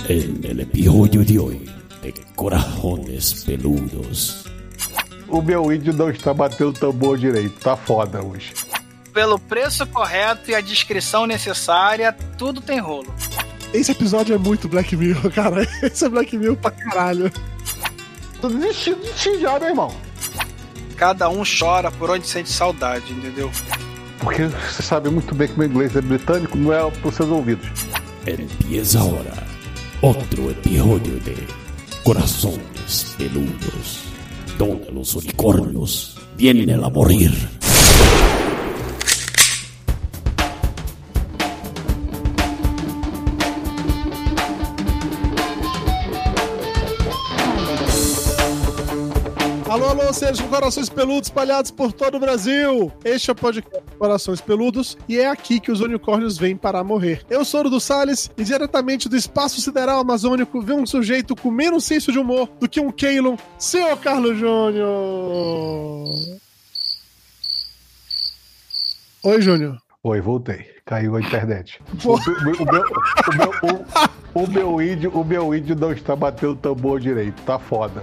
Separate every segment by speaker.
Speaker 1: En el episodio de hoy de Corajones Peludos.
Speaker 2: O meu índio não está batendo o tambor direito, tá foda hoje.
Speaker 3: Pelo preço correto e a descrição necessária, tudo tem rolo.
Speaker 4: Esse episódio é muito Black Mirror, cara. Esse é Black Mirror pra caralho.
Speaker 2: Tô desistindo de ti já, meu irmão.
Speaker 3: Cada um chora por onde sente saudade, entendeu?
Speaker 2: Porque você sabe muito bem que meu inglês é britânico, não é pros seus ouvidos.
Speaker 1: Empieza ahora otro episodio de Corazones Peludos, donde los unicornios vienen a morir.
Speaker 4: Alô, alô, seres com corações peludos espalhados por todo o Brasil. Este é o podcast Corações Peludos e é aqui que os unicórnios vêm para morrer. Eu sou o Dudu Salles e diretamente do espaço sideral amazônico vem um sujeito com menos senso de humor do que um Keylon, seu Carlos Júnior. Oi, Júnior.
Speaker 2: Oi, voltei. Caiu a internet.
Speaker 4: Pô.
Speaker 2: O meu índio não está batendo o tambor direito, tá foda.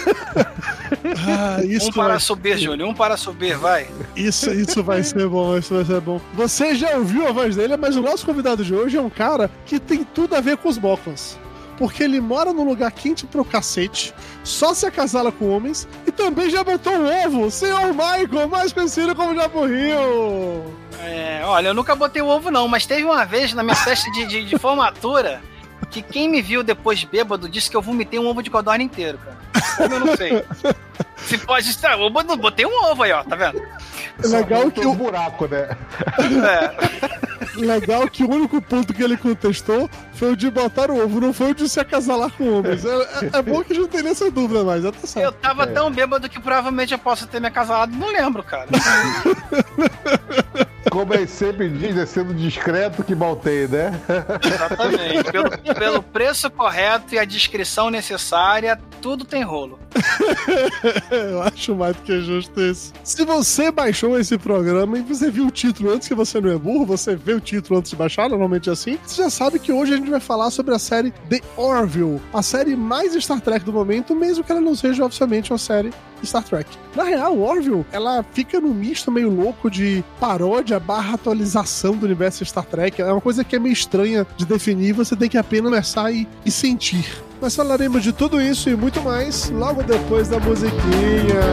Speaker 4: Isso
Speaker 3: um para subir, Júnior, um para subir, vai.
Speaker 4: Isso vai ser bom, isso vai ser bom. Você já ouviu a voz dele, mas o nosso convidado de hoje é um cara que tem tudo a ver com os Boclans. Porque ele mora num lugar quente pro cacete, só se acasala com homens e também já botou um ovo, o senhor Michael, mais conhecido como Jabu Rio.
Speaker 3: Olha, eu nunca botei o ovo não, mas teve uma vez na minha festa de formatura que quem me viu depois bêbado disse que eu vomitei um ovo de codorna inteiro, cara. Como eu não sei. Se pode estar, eu botei um ovo aí, ó, tá vendo?
Speaker 4: Legal que o
Speaker 2: buraco, né?
Speaker 4: Legal que o único ponto que ele contestou foi o de botar o ovo, não foi o de se acasalar com homens. É bom que a gente não tem nessa dúvida mais, tá certo.
Speaker 3: Eu tava tão bêbado que provavelmente eu posso ter me acasalado, não lembro, cara.
Speaker 2: Como ele sempre diz, é sendo discreto que mal tem, né?
Speaker 3: Exatamente. Pelo preço correto e a descrição necessária, tudo tem rolo.
Speaker 4: Eu acho mais do que justo isso. Se você baixou esse programa e você viu o título antes, que você não é burro, você vê o título antes de baixar, normalmente é assim, você já sabe que hoje a gente vai falar sobre a série The Orville, a série mais Star Trek do momento, mesmo que ela não seja oficialmente uma série Star Trek. Na real, Orville, ela fica num misto meio louco de paródia barra atualização do universo Star Trek. É uma coisa que é meio estranha de definir, você tem que apenas começar e sentir. Nós falaremos de tudo isso e muito mais logo depois da musiquinha.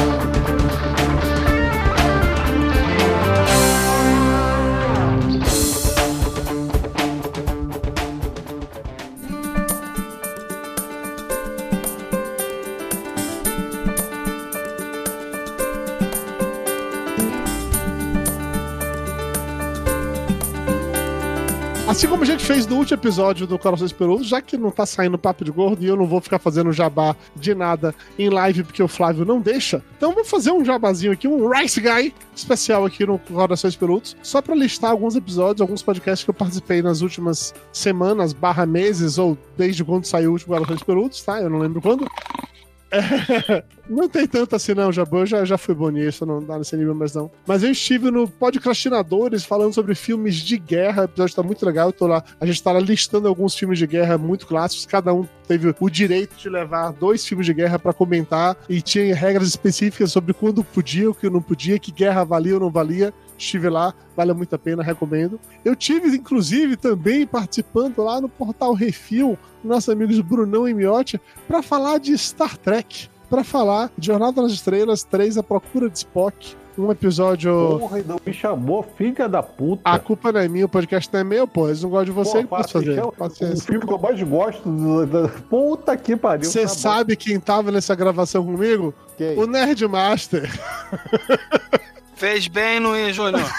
Speaker 4: Assim como a gente fez no último episódio do Corações Peludos, já que não tá saindo papo de gordo e eu não vou ficar fazendo jabá de nada em live porque o Flávio não deixa, então vou fazer um jabazinho aqui, um Rice Guy especial aqui no Corações Peludos, só pra listar alguns episódios, alguns podcasts que eu participei nas últimas semanas, meses, ou desde quando saiu o último Corações Peludos, tá? Eu não lembro quando. Não tem tanto assim não, Jabu, eu já fui bom nisso, não dá nesse nível mais não. Mas eu estive no Podcastinadores falando sobre filmes de guerra, o episódio tá muito legal, eu tô lá, a gente tá lá listando alguns filmes de guerra muito clássicos, cada um teve o direito de levar 2 filmes de guerra pra comentar, e tinha regras específicas sobre quando podia, o que não podia, que guerra valia ou não valia. Estive lá, vale muito a pena, recomendo. Eu tive, inclusive, também participando lá no Portal Refil, nossos amigos Brunão e Miotti, para falar de Star Trek, para falar de Jornada nas Estrelas 3, A Procura de Spock, um episódio...
Speaker 2: Porra, não me chamou, filha da puta.
Speaker 4: A culpa não é minha, o podcast não é meu, pô, eles não gostam de você, que posso fazer?
Speaker 2: O filme que eu mais gosto... Puta que pariu.
Speaker 4: Você sabe quem tava nessa gravação comigo?
Speaker 2: Quem?
Speaker 4: O Nerdmaster.
Speaker 3: Fez bem, não é, Júnior?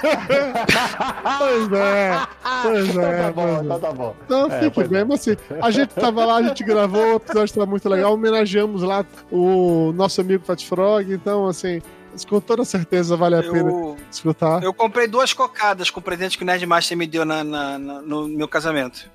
Speaker 4: Pois é.
Speaker 2: Tá bom.
Speaker 4: Então fique bem, mas assim, a gente tava lá, a gente gravou, o episódio tava muito legal, homenageamos lá o nosso amigo Fat Frog, então assim, com toda certeza vale a pena escutar.
Speaker 3: Eu comprei 2 cocadas com o presente que o Nerdmaster me deu no meu casamento.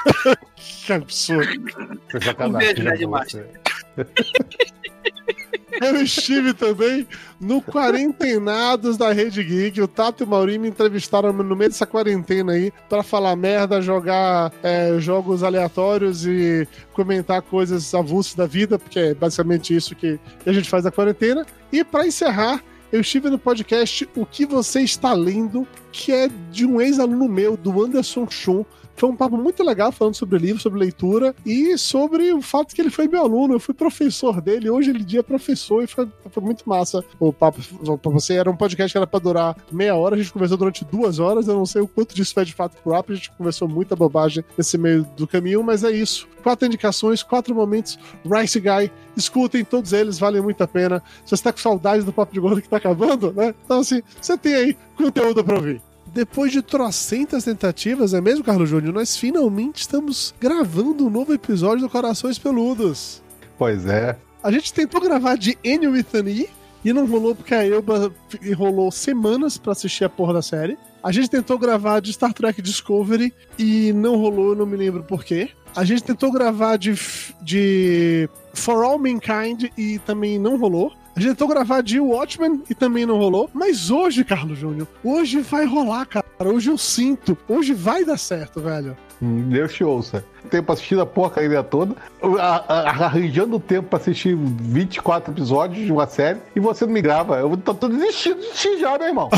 Speaker 4: Que absurdo.
Speaker 3: Um beijo, Nerdmaster.
Speaker 4: Eu estive também no Quarentenados da Rede Geek. O Tato e o Maurinho me entrevistaram no meio dessa quarentena aí pra falar merda, jogar jogos aleatórios e comentar coisas avulsas da vida, porque é basicamente isso que a gente faz na quarentena. E pra encerrar, eu estive no podcast O Que Você Está Lendo, que é de um ex-aluno meu, do Anderson Chon. Foi um papo muito legal falando sobre livro, sobre leitura e sobre o fato que ele foi meu aluno. Eu fui professor dele, hoje ele é professor e foi muito massa o papo pra você. Era um podcast que era pra durar meia hora, a gente conversou durante 2 horas. Eu não sei o quanto disso foi de fato pro app, a gente conversou muita bobagem nesse meio do caminho, mas é isso. 4 indicações, 4 momentos, Rice Guy. Escutem todos eles, valem muito a pena. Se você tá com saudade do Papo de Gordo que tá acabando, né? Então assim, você tem aí conteúdo pra ouvir. Depois de trocentas tentativas, é mesmo, Carlos Júnior? Nós finalmente estamos gravando um novo episódio do Corações Peludos.
Speaker 2: Pois é.
Speaker 4: A gente tentou gravar de Ennio with an E e não rolou porque a Elba enrolou semanas pra assistir a porra da série. A gente tentou gravar de Star Trek Discovery e não rolou, eu não me lembro por quê. A gente tentou gravar de For All Mankind e também não rolou. A gente tentou gravar de Watchmen e também não rolou. Mas hoje, Carlos Júnior, hoje vai rolar, cara. Hoje eu sinto. Hoje vai dar certo, velho.
Speaker 2: Deus te ouça. Tempo pra assistir a porcaria toda, arranjando tempo pra assistir 24 episódios de uma série, e você não me grava. Eu tô desistindo de assistir já, meu irmão.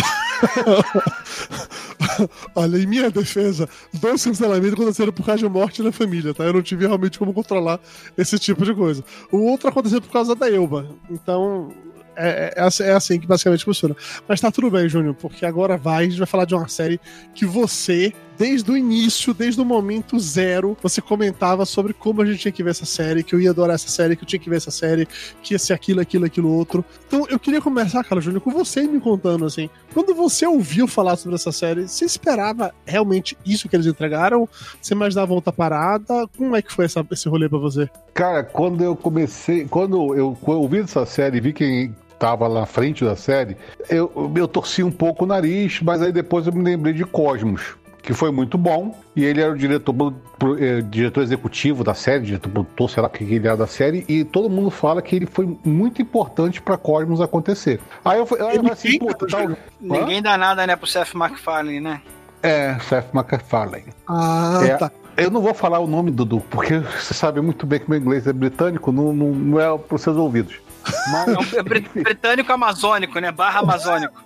Speaker 4: Olha, em minha defesa, 2 cancelamentos aconteceram por causa de morte na família, tá? Eu não tive realmente como controlar esse tipo de coisa. O outro aconteceu por causa da Elba. Então, é assim que basicamente funciona. Mas tá tudo bem, Júnior, porque agora a gente vai falar de uma série que você, desde o início, desde o momento zero, você comentava sobre como a gente tinha que ver essa série, que eu ia adorar essa série, que eu tinha que ver essa série, que ia ser aquilo outro. Então eu queria começar, Carlos Júnior, com você me contando, assim, quando você ouviu falar sobre essa série, você esperava realmente isso que eles entregaram? Você imaginava outra parada? Como é que foi esse rolê pra você?
Speaker 2: Cara, quando eu ouvi essa série e vi quem tava lá na frente da série, eu torci um pouco o nariz, mas aí depois eu me lembrei de Cosmos, que foi muito bom, e ele era o diretor executivo da série, diretor produtor, sei lá o que ele era da série, e todo mundo fala que ele foi muito importante pra Cosmos acontecer. Aí eu falei assim, puta, tá...
Speaker 3: Ninguém dá nada, né, pro Seth MacFarlane, né?
Speaker 2: Seth MacFarlane.
Speaker 4: Tá.
Speaker 2: Eu não vou falar o nome, Dudu, porque você sabe muito bem que meu inglês é britânico, não é pros seus ouvidos. Mas...
Speaker 3: É britânico amazônico, né? / amazônico.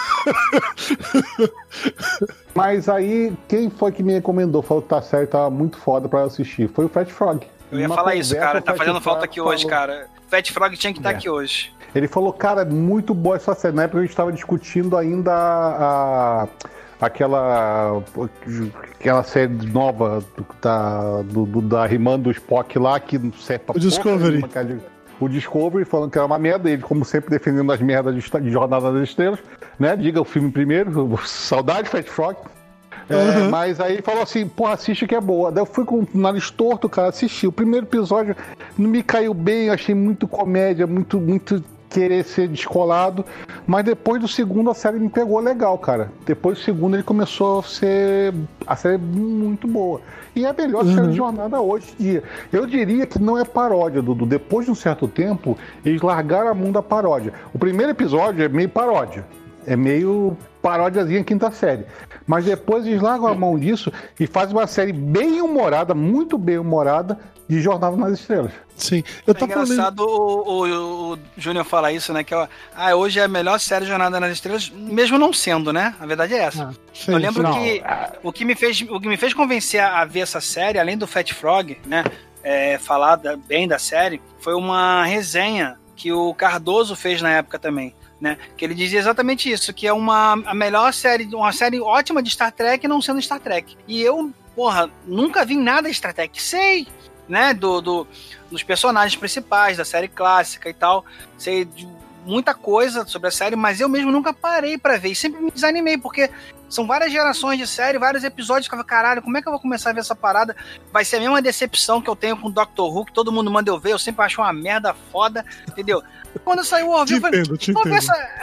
Speaker 2: Mas aí, quem foi que me recomendou? Falou que tá certo, tava muito foda pra eu assistir. Foi o Fat Frog.
Speaker 3: Eu ia falar isso, cara. Tá fazendo falta aqui hoje, cara. Fat Frog tinha que estar aqui hoje.
Speaker 2: Ele falou, cara, muito boa essa série. Na época a gente tava discutindo ainda aquela série nova da irmã do Spock lá, que não serve pra
Speaker 4: o Discovery.
Speaker 2: O Discovery, falando que era uma merda, ele, como sempre, defendendo as merdas de Jornada das Estrelas, né? Diga o filme primeiro, saudade, Fat Frog. Mas aí ele falou assim, pô, assiste que é boa. Daí eu fui com o nariz torto, cara, assisti. O primeiro episódio não me caiu bem, achei muito comédia, muito querer ser descolado, mas depois do segundo a série me pegou legal, cara. Depois do segundo ele começou a ser a série muito boa. E é a melhor série de Jornada hoje em dia. Eu diria que não é paródia, Dudu. Depois de um certo tempo, eles largaram a mão da paródia. O primeiro episódio é meio paródia. É meio paródiazinha quinta série. Mas depois eles largam a mão disso e fazem uma série bem humorada, muito bem humorada, de Jornada nas Estrelas.
Speaker 4: Sim.
Speaker 3: É engraçado o Júnior falar isso, né? Que hoje é a melhor série de Jornada nas Estrelas, mesmo não sendo, né? A verdade é essa.
Speaker 4: Sim,
Speaker 3: eu lembro que o que me fez convencer a ver essa série, além do Fat Frog, né? Falar bem da série, foi uma resenha que o Cardoso fez na época também. Né? Que ele dizia exatamente isso, que é a melhor série, uma série ótima de Star Trek não sendo Star Trek. E eu, nunca vi nada de Star Trek. Sei, né, dos personagens principais da série clássica e tal. Sei de muita coisa sobre a série, mas eu mesmo nunca parei pra ver. E sempre me desanimei, porque são várias gerações de série, vários episódios que eu falei, caralho, como é que eu vou começar a ver essa parada? Vai ser a mesma decepção que eu tenho com o Doctor Who, que todo mundo manda eu ver, eu sempre acho uma merda foda, entendeu? Quando saiu o Orville, eu falei,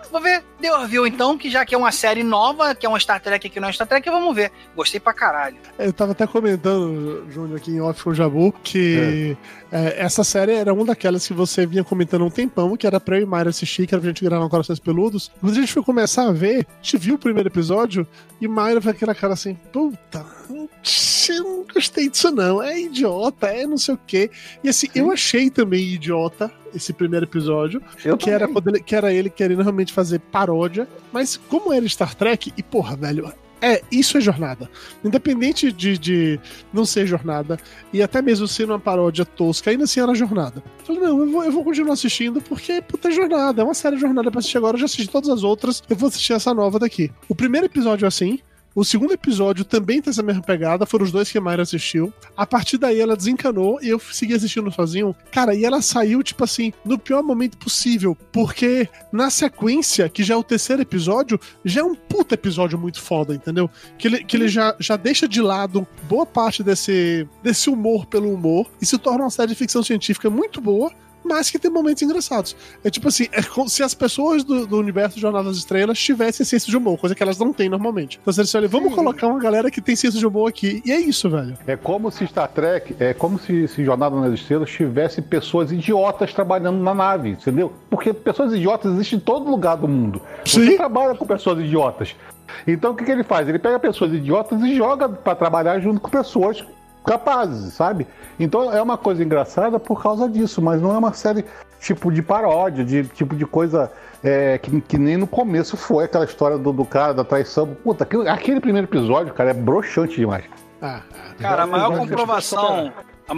Speaker 3: vou ver The Orville então, que já que é uma série nova, que é uma Star Trek que não é Star Trek, vamos ver. Gostei pra caralho.
Speaker 4: Eu tava até comentando, Júnior, aqui em off com o Jabu, que essa série era uma daquelas que você vinha comentando há um tempão, que era pra eu e Mayra assistir, que era pra gente gravar Corações Peludos. Quando a gente foi começar a ver, a gente viu o primeiro episódio e Mayra foi aquela cara assim, puta, eu não gostei disso não, é idiota, é não sei o quê. E assim, eu achei também idiota esse primeiro episódio, que era ele querendo realmente fazer paródia, mas como era Star Trek, e porra, velho, isso é jornada. Independente de não ser jornada, e até mesmo sendo uma paródia tosca, ainda assim era jornada. Eu falei, não, eu vou continuar assistindo, porque, puta, é jornada, é uma série de jornada pra assistir agora, eu já assisti todas as outras, eu vou assistir essa nova daqui. O primeiro episódio é assim, o segundo episódio também tem essa mesma pegada, foram os dois que a Mayra assistiu. A partir daí ela desencanou e eu segui assistindo sozinho. Cara, e ela saiu, tipo assim, no pior momento possível, porque na sequência, que já é o terceiro episódio, já é um puta episódio muito foda, entendeu? Que ele já deixa de lado boa parte desse humor pelo humor e se torna uma série de ficção científica muito boa, mas que tem momentos engraçados. É tipo assim, como se as pessoas do universo de Jornada das Estrelas tivessem senso de humor, coisa que elas não têm normalmente. Então você olha, vamos colocar uma galera que tem senso de humor aqui, e é isso, velho.
Speaker 2: É como se Star Trek, é como se Jornada nas Estrelas tivesse pessoas idiotas trabalhando na nave, entendeu? Porque pessoas idiotas existem em todo lugar do mundo.
Speaker 4: Sim.
Speaker 2: Você trabalha com pessoas idiotas. Então o que ele faz? Ele pega pessoas idiotas e joga pra trabalhar junto com pessoas capazes, sabe? Então é uma coisa engraçada por causa disso, mas não é uma série tipo de paródia, de tipo de coisa que nem no começo foi aquela história do cara, da traição. Puta, aquele primeiro episódio, cara, é broxante demais.
Speaker 3: Cara, a maior comprovação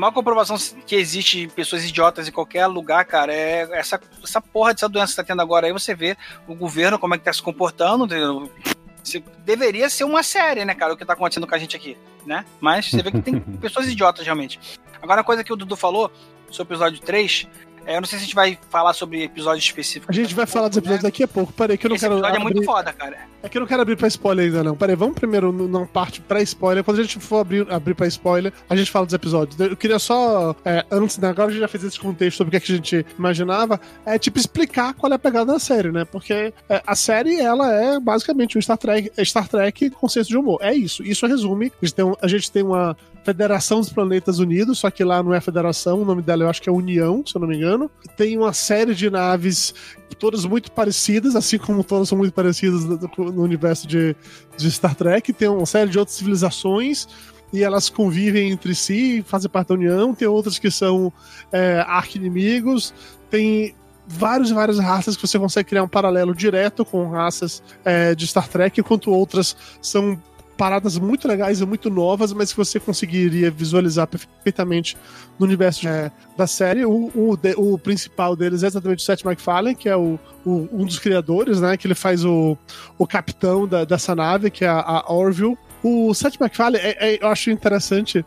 Speaker 3: que existe pessoas idiotas em qualquer lugar, cara, é essa porra dessa doença que tá tendo agora aí. Você vê o governo, como é que tá se comportando, entendeu? Deveria ser uma série, né, cara, o que tá acontecendo com a gente aqui, né? Mas você vê que tem pessoas idiotas, realmente. Agora, a coisa que o Dudu falou sobre o episódio 3, eu não sei se a gente vai falar sobre episódios específicos.
Speaker 4: A gente vai falar dos episódios daqui a pouco. Peraí, que eu não quero.
Speaker 3: Esse episódio é muito foda, cara.
Speaker 4: É que eu não quero abrir pra spoiler ainda, não. Peraí, vamos primeiro numa parte pra spoiler. Quando a gente for abrir pra spoiler, a gente fala dos episódios. Eu queria só, antes, né, agora a gente já fez esse contexto sobre o que a gente imaginava, tipo, explicar qual é a pegada da série, né? Porque a série, ela é basicamente um Star Trek com senso de humor. É isso. Isso resume. A gente tem uma Federação dos Planetas Unidos, só que lá não é Federação, o nome dela eu acho que é União, se eu não me engano. Tem uma série de naves, todas muito parecidas, assim como todas são muito parecidas no universo de Star Trek. Tem uma série de outras civilizações e elas convivem entre si, fazem parte da União. Tem outras que são arqui-inimigos. Tem várias raças que você consegue criar um paralelo direto com raças de Star Trek, enquanto outras são paradas muito legais e muito novas, mas que você conseguiria visualizar perfeitamente no universo da série. O principal deles é exatamente o Seth MacFarlane, que é um dos criadores, né? Que ele faz o capitão dessa nave, que é a Orville. O Seth MacFarlane, eu acho interessante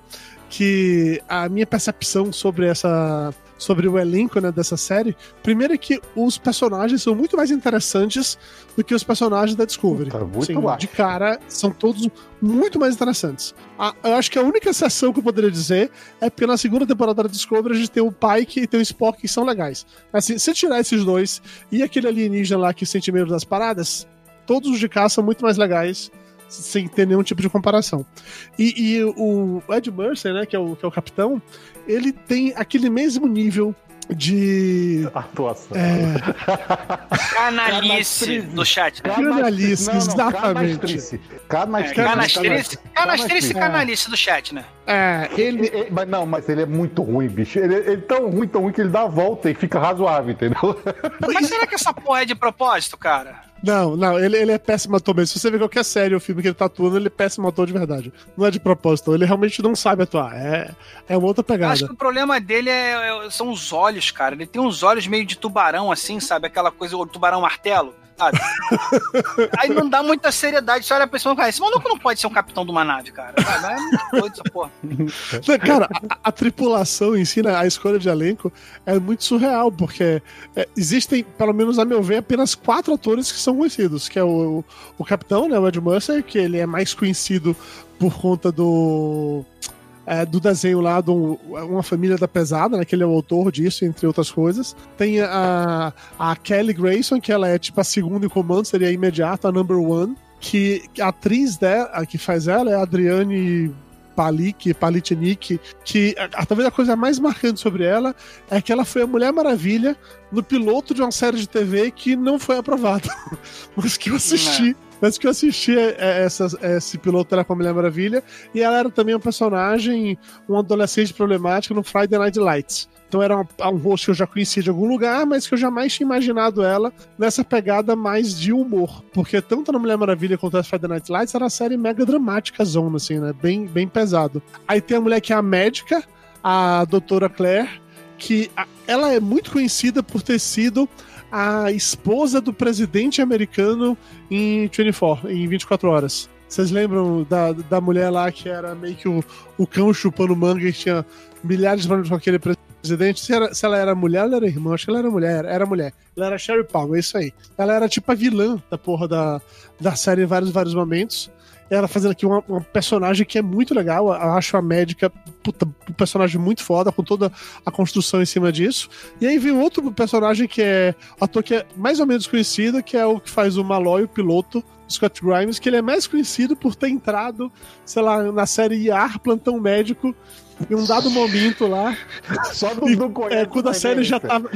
Speaker 4: que a minha percepção sobre o elenco, né, dessa série, primeiro é que os personagens são muito mais interessantes do que os personagens da Discovery. De cara, são todos muito mais interessantes. Eu acho que a única exceção que eu poderia dizer é porque na segunda temporada da Discovery a gente tem o Pike e tem o Spock, que são legais. Assim, se tirar esses dois e aquele alienígena lá que sente medo das paradas, todos os de cá são muito mais legais, sem ter nenhum tipo de comparação. E o Ed Mercer, né, que é o capitão, ele tem aquele mesmo nível de
Speaker 2: atuação.
Speaker 3: Canalice do chat.
Speaker 4: Canalice, exatamente.
Speaker 3: Canastrice e canalice do chat, né?
Speaker 2: Mas ele é muito ruim, bicho. Ele é tão ruim que ele dá a volta e fica razoável, entendeu?
Speaker 3: Mas será que essa porra é de propósito, cara?
Speaker 4: Não, ele é péssimo ator mesmo. Se você ver qualquer série ou filme que ele tá atuando, ele é péssimo ator de verdade. Não é de propósito, ele realmente não sabe atuar. É uma outra pegada.
Speaker 3: Acho que o problema dele são os olhos, cara. Ele tem uns olhos meio de tubarão, assim, sabe? Aquela coisa, o tubarão martelo, sabe? Aí não dá muita seriedade. Você olha a pessoa e fala, esse maluco não pode ser um capitão de uma nave, cara. É muito doido essa porra.
Speaker 4: Cara, a tripulação em si, né, a escolha de elenco é muito surreal, porque existem, pelo menos a meu ver, apenas 4 atores que são conhecidos, que é o capitão, né, o Ed Mercer, que ele é mais conhecido por conta do do desenho lá, Uma Família da Pesada, né, que ele é o autor disso, entre outras coisas. Tem a Kelly Grayson, que ela é tipo a segunda em comando, seria a imediata, a number one, que a atriz dela, que faz ela é a Adriane Palitnik, que talvez a coisa mais marcante sobre ela é que ela foi a Mulher Maravilha no piloto de uma série de TV que não foi aprovada, mas que eu assisti. Mas que eu assisti esse piloto era com a Mulher Maravilha, e ela era também um personagem, um adolescente problemático no Friday Night Lights. Então era um rosto que eu já conhecia de algum lugar, mas que eu jamais tinha imaginado ela nessa pegada mais de humor. Porque tanto na Mulher Maravilha quanto na Friday Night Lights era uma série mega dramática zona, assim, né? Bem, bem pesado. Aí tem a mulher que é a médica, a doutora Claire, que ela é muito conhecida por ter sido a esposa do presidente americano em 24 horas. Vocês lembram da mulher lá que era meio que o cão chupando manga e tinha milhares de problemas com aquele presidente? Se ela era mulher, ela era irmã. Acho que ela era mulher. Era mulher. Ela era Sherry Palmer, é isso aí. Ela era tipo a vilã da porra da série em vários momentos. Ela fazendo aqui uma personagem que é muito legal. Eu acho a médica um personagem muito foda, com toda a construção em cima disso. E aí vem outro personagem que é ator que é mais ou menos conhecido, que é o que faz o Malloy, o piloto, Scott Grimes, que ele é mais conhecido por ter entrado, sei lá, na série ER, Plantão Médico, em um dado momento lá.
Speaker 2: Só do
Speaker 4: quando a série já tava.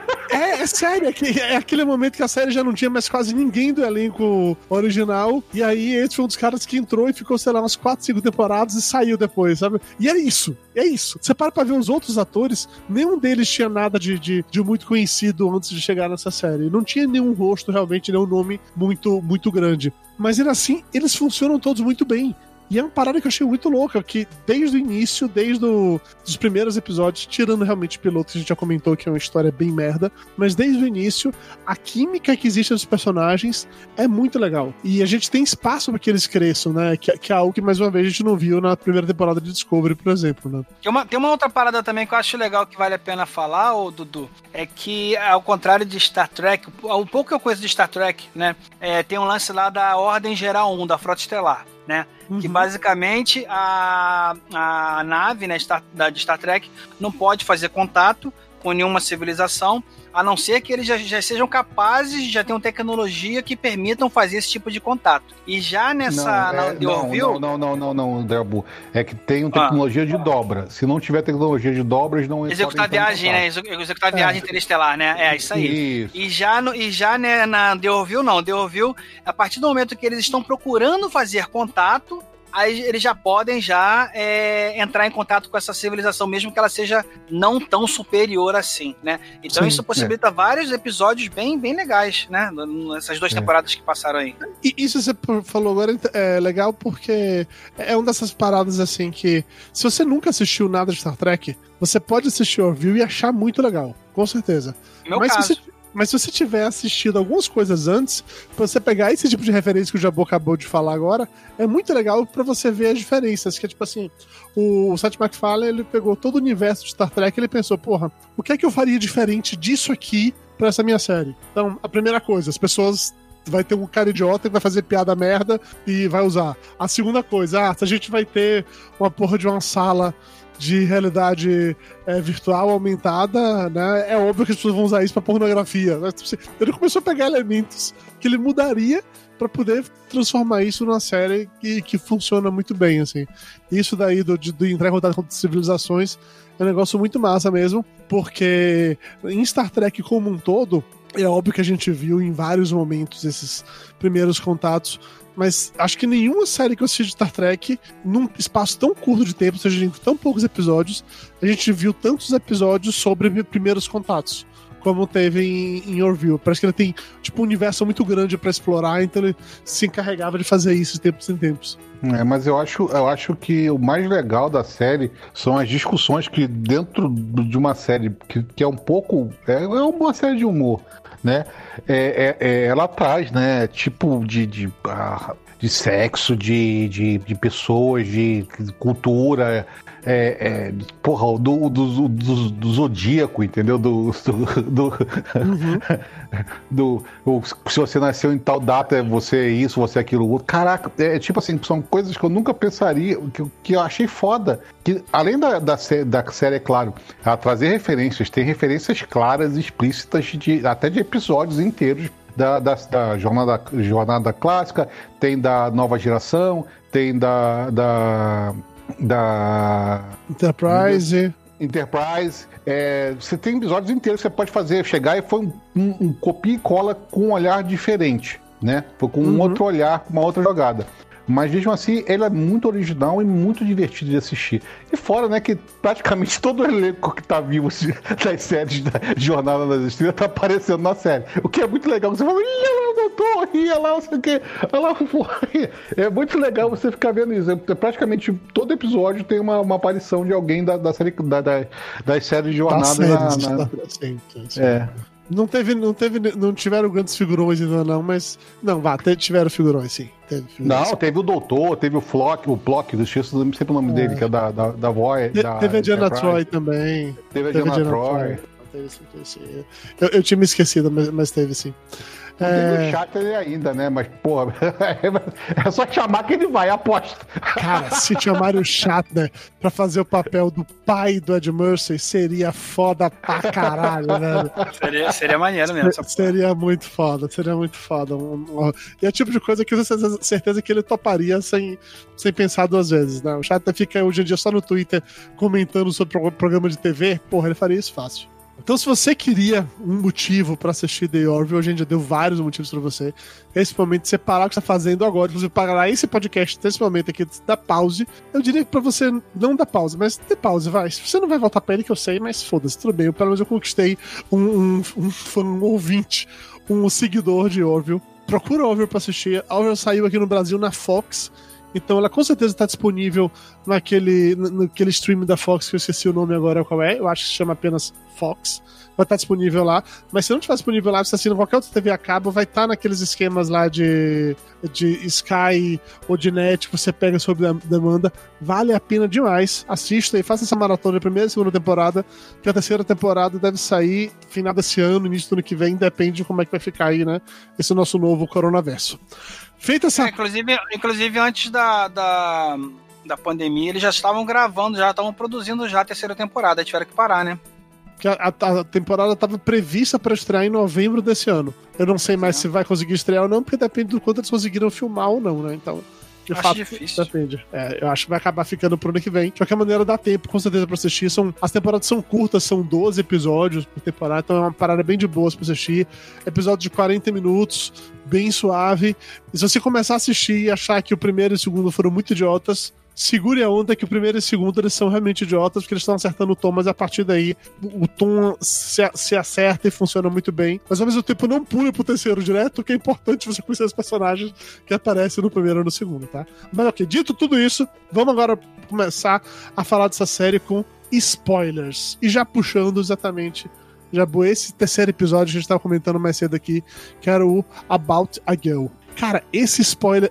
Speaker 4: É sério, é aquele momento que a série já não tinha mais quase ninguém do elenco original. E aí esse foi um dos caras que entrou e ficou, sei lá, umas 4, 5 temporadas e saiu depois, sabe? E é isso. Você para pra ver os outros atores, nenhum deles tinha nada de muito conhecido antes de chegar nessa série. Não tinha nenhum rosto, realmente, nenhum nome muito, muito grande. Mas ainda assim, eles funcionam todos muito bem. E é uma parada que eu achei muito louca, que desde o início, desde os primeiros episódios, tirando realmente o piloto que a gente já comentou que é uma história bem merda, mas desde o início, a química que existe dos personagens é muito legal. E a gente tem espaço para que eles cresçam, né? Que é algo que, mais uma vez, a gente não viu na primeira temporada de Discovery, por exemplo, né?
Speaker 3: Tem uma outra parada também que eu acho legal, que vale a pena falar, ô Dudu, é que, ao contrário de Star Trek, o pouco que eu conheço de Star Trek, né, tem um lance lá da Ordem Geral 1, da Frota Estelar, né? Que basicamente a nave, né, de Star Trek não pode fazer contato com nenhuma civilização, a não ser que eles já sejam capazes, já tenham tecnologia que permitam fazer esse tipo de contato. E já nessa...
Speaker 2: Não, Drabu. É que tem tecnologia de dobra. Se não tiver tecnologia de dobra, eles não...
Speaker 3: Executar viagem, né? Executar viagem interestelar, né? É isso aí. Isso. E já né, na The Orville, não. The Orville, a partir do momento que eles estão procurando fazer contato, aí eles já podem entrar em contato com essa civilização, mesmo que ela seja não tão superior assim, né? Então isso possibilita vários episódios bem, bem legais, né? Nessas 2 temporadas que passaram aí.
Speaker 4: E isso você falou agora é legal porque é uma dessas paradas assim que, se você nunca assistiu nada de Star Trek, você pode assistir Orville e achar muito legal, com certeza. Mas se você tiver assistido algumas coisas antes, pra você pegar esse tipo de referência que o Jabô acabou de falar agora, é muito legal pra você ver as diferenças. Que é tipo assim, o Seth MacFarlane, ele pegou todo o universo de Star Trek e ele pensou, porra, o que é que eu faria diferente disso aqui pra essa minha série? Então, a primeira coisa, as pessoas... vai ter um cara idiota que vai fazer piada merda e vai usar. A segunda coisa, se a gente vai ter uma porra de uma sala de realidade virtual aumentada, né? É óbvio que as pessoas vão usar isso pra pornografia. Ele começou a pegar elementos que ele mudaria pra poder transformar isso numa série que funciona muito bem, assim. Isso daí do entrar em contato com civilizações é um negócio muito massa mesmo, porque em Star Trek como um todo, é óbvio que a gente viu em vários momentos esses primeiros contatos, mas acho que nenhuma série que eu assisti de Star Trek, num espaço tão curto de tempo, ou seja, em tão poucos episódios, a gente viu tantos episódios sobre primeiros contatos, como teve em Orville. Parece que ele tem tipo um universo muito grande pra explorar, então ele se encarregava de fazer isso de tempos em tempos.
Speaker 2: Mas eu acho que o mais legal da série são as discussões que dentro de uma série que é um pouco... É uma série de humor, né? Ela traz, né? Tipo de sexo, de pessoas, de cultura, porra, do zodíaco, entendeu? Se você nasceu em tal data, você é isso, você é aquilo outro. Caraca, tipo assim, são coisas que eu nunca pensaria, que eu achei foda. Que além da série, é claro, ela trazer referências, tem referências claras e explícitas até de episódios inteiros da jornada clássica, tem da nova geração, tem da
Speaker 4: Enterprise.
Speaker 2: Você tem episódios inteiros que você pode chegar e foi um copia e cola com um olhar diferente, né? Foi com um outro olhar, com uma outra jogada. Mas mesmo assim, ele é muito original e muito divertido de assistir. E fora, né, que praticamente todo o elenco que tá vivo das séries da Jornada das Estrelas tá aparecendo na série. O que é muito legal. Você fala, ih, lá o doutor, ih, lá não sei o quê. Lá, é muito legal você ficar vendo isso. Praticamente todo episódio tem uma aparição de alguém da série, das séries de Jornada.
Speaker 4: Não tiveram grandes figurões ainda não, mas... Não, tiveram figurões, sim.
Speaker 2: Teve o doutor, teve o Plock, eu esqueço sempre o nome dele, que é da voz.
Speaker 4: Teve a Diana Troy também.
Speaker 2: Teve a Diana Troy.
Speaker 4: Eu tinha me esquecido, mas teve sim.
Speaker 2: Não tem o Shatner ainda, né? Mas, porra, é só chamar que ele vai, aposto.
Speaker 4: Cara, se chamarem o Shatner pra fazer o papel do pai do Ed Murphy, seria foda pra caralho, velho.
Speaker 3: Seria maneiro mesmo.
Speaker 4: Seria muito foda. E é o tipo de coisa que eu tenho certeza que ele toparia sem pensar duas vezes, né? O Shatner fica hoje em dia só no Twitter comentando sobre o programa de TV, porra, ele faria isso fácil. Então, se você queria um motivo pra assistir The Orville, hoje em dia deu vários motivos pra você. Esse momento, você parar o que você tá fazendo agora, inclusive parar esse podcast nesse momento aqui, dá pause. Eu diria que pra você não dar pause, mas dê pause, vai. Se você não vai voltar pra ele, que eu sei, mas foda-se, tudo bem. Pelo menos eu conquistei um fã, um ouvinte, um seguidor de Orville. Procura Orville pra assistir. A Orville saiu aqui no Brasil na Fox. Então ela com certeza está disponível naquele stream da Fox, que eu esqueci o nome agora qual é, eu acho que se chama apenas Fox, vai estar disponível lá, mas se não estiver disponível lá, você assina qualquer outra TV a cabo, vai estar naqueles esquemas lá de Sky ou de Net, que você pega sob demanda, vale a pena demais, assista e faça essa maratona da primeira e segunda temporada, que a terceira temporada deve sair final desse ano, início do ano que vem, depende de como é que vai ficar aí, né, esse nosso novo coronaverso. Feita essa...
Speaker 3: Inclusive antes da pandemia, eles já estavam gravando, já estavam produzindo já a terceira temporada, tiveram que parar, né?
Speaker 4: Que a temporada estava prevista para estrear em novembro desse ano. Eu não sei mais se vai conseguir estrear ou não, porque depende do quanto eles conseguiram filmar ou não, né? Então, de fato,
Speaker 3: difícil.
Speaker 4: Depende. Eu acho que vai acabar ficando pro ano que vem. De qualquer maneira, dá tempo, com certeza, pra assistir. As temporadas são curtas, são 12 episódios por temporada, então é uma parada bem de boas pra assistir. Episódio de 40 minutos, bem suave. E se você começar a assistir e achar que o primeiro e o segundo foram muito idiotas, segure a onda que o primeiro e o segundo eles são realmente idiotas, porque eles estão acertando o tom, mas a partir daí o tom se acerta e funciona muito bem. Mas ao mesmo tempo não pule pro terceiro direto, que é importante você conhecer os personagens que aparecem no primeiro e no segundo, tá? Mas ok, dito tudo isso, vamos agora começar a falar dessa série com spoilers. E já puxando exatamente esse terceiro episódio que a gente tava comentando mais cedo aqui, que era o About a Girl. Cara, esse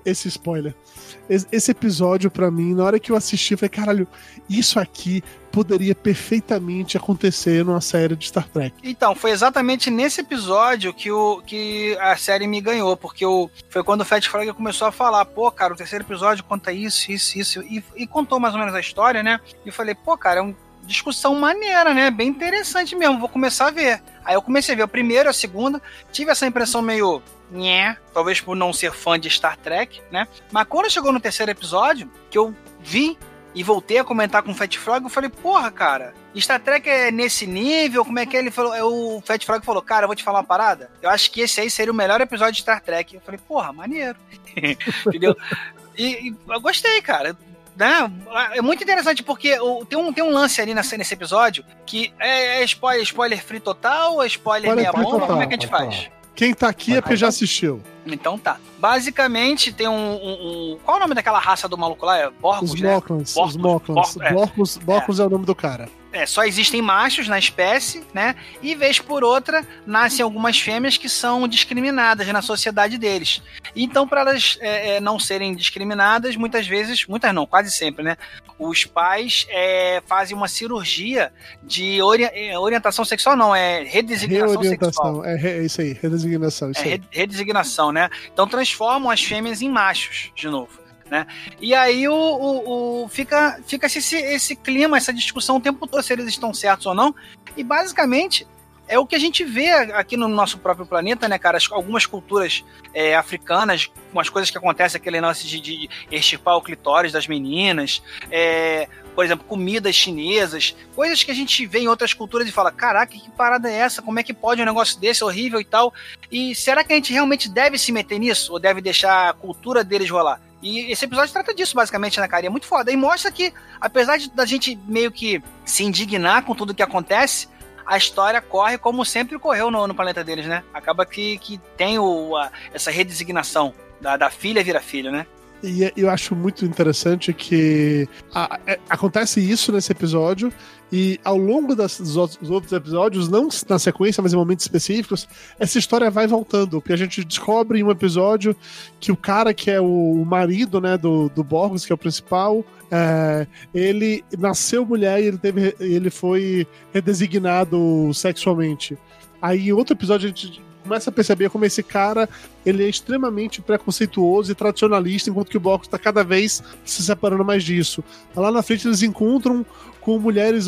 Speaker 4: episódio, pra mim, na hora que eu assisti, eu falei, caralho, isso aqui poderia perfeitamente acontecer numa série de Star Trek.
Speaker 3: Então, foi exatamente nesse episódio que a série me ganhou, porque foi quando o Fat Frog começou a falar, pô, cara, o terceiro episódio conta isso, e contou mais ou menos a história, né? E eu falei, pô, cara, é uma discussão maneira, né? Bem interessante mesmo, vou começar a ver. Aí eu comecei a ver o primeiro, a segunda, tive essa impressão meio... talvez por não ser fã de Star Trek, né? Mas quando chegou no terceiro episódio, que eu vi e voltei a comentar com o Fat Frog, eu falei, porra, cara, Star Trek é nesse nível? Como é que é? Ele falou, o Fat Frog falou, cara, eu vou te falar uma parada, eu acho que esse aí seria o melhor episódio de Star Trek. Eu falei, porra, maneiro. Entendeu? E eu gostei, cara. Né? É muito interessante porque tem um lance ali nesse episódio que é spoiler free total, spoiler meia bomba, como é que a gente faz?
Speaker 4: Quem tá aqui é porque já assistiu.
Speaker 3: Então tá. Basicamente tem qual é o nome daquela raça do maluco lá? É Borgos,
Speaker 4: os Moclans. Borgos é o nome do cara.
Speaker 3: só existem machos na espécie, né? E vez por outra, nascem algumas fêmeas que são discriminadas na sociedade deles. Então, para elas não serem discriminadas, muitas não, quase sempre, né? Os pais fazem uma cirurgia de orientação sexual, não, redesignação sexual.
Speaker 4: É isso aí, redesignação.
Speaker 3: Redesignação, né? Então transformam as fêmeas em machos, de novo. Né? E aí fica esse clima, essa discussão o tempo todo se eles estão certos ou não. E basicamente é o que a gente vê aqui no nosso próprio planeta, né, cara? Algumas culturas africanas, umas coisas que acontecem, aquele lance de extirpar o clitóris das meninas, por exemplo, comidas chinesas, coisas que a gente vê em outras culturas e fala, caraca, que parada é essa? Como é que pode um negócio desse horrível e tal? E será que a gente realmente deve se meter nisso? Ou deve deixar a cultura deles rolar? E esse episódio trata disso, basicamente, né, cara? E é muito foda. E mostra que, apesar da gente meio que se indignar com tudo que acontece, a história corre como sempre correu no planeta deles, né? Acaba que tem essa redesignação da filha vira filho, né?
Speaker 4: E eu acho muito interessante que acontece isso nesse episódio, e ao longo dos outros episódios, não na sequência, mas em momentos específicos, essa história vai voltando, porque a gente descobre em um episódio que o cara que é o marido, né, do Borges, que é o principal, ele nasceu mulher e ele foi redesignado sexualmente. Aí em outro episódio a gente começa a perceber como esse cara ele é extremamente preconceituoso e tradicionalista, enquanto que o Borges está cada vez se separando mais disso. Lá na frente eles encontram com mulheres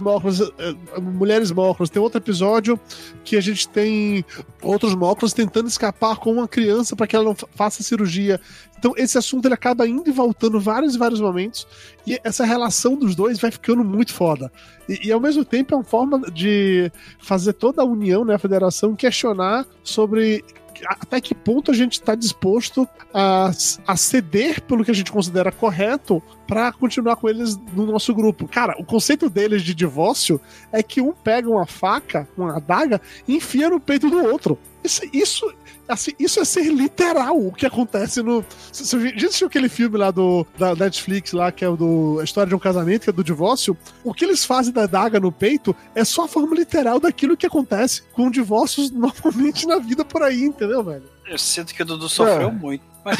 Speaker 4: mortas. Tem outro episódio que a gente tem outros mortos tentando escapar com uma criança para que ela não faça cirurgia. Então esse assunto ele acaba indo e voltando vários e vários momentos, e essa relação dos dois vai ficando muito foda. E ao mesmo tempo é uma forma de fazer toda a união, né, a federação, questionar sobre até que ponto a gente está disposto a ceder pelo que a gente considera correto para continuar com eles no nosso grupo. Cara, o conceito deles de divórcio é que um pega uma faca, uma adaga, e enfia no peito do outro. Isso é ser literal o que acontece no... Você já assistiu aquele filme lá da Netflix, lá, que é a história de um casamento, que é do divórcio? O que eles fazem da adaga no peito é só a forma literal daquilo que acontece com divórcios normalmente na vida por aí, entendeu, velho?
Speaker 3: Eu sinto que o Dudu sofreu muito. Mas...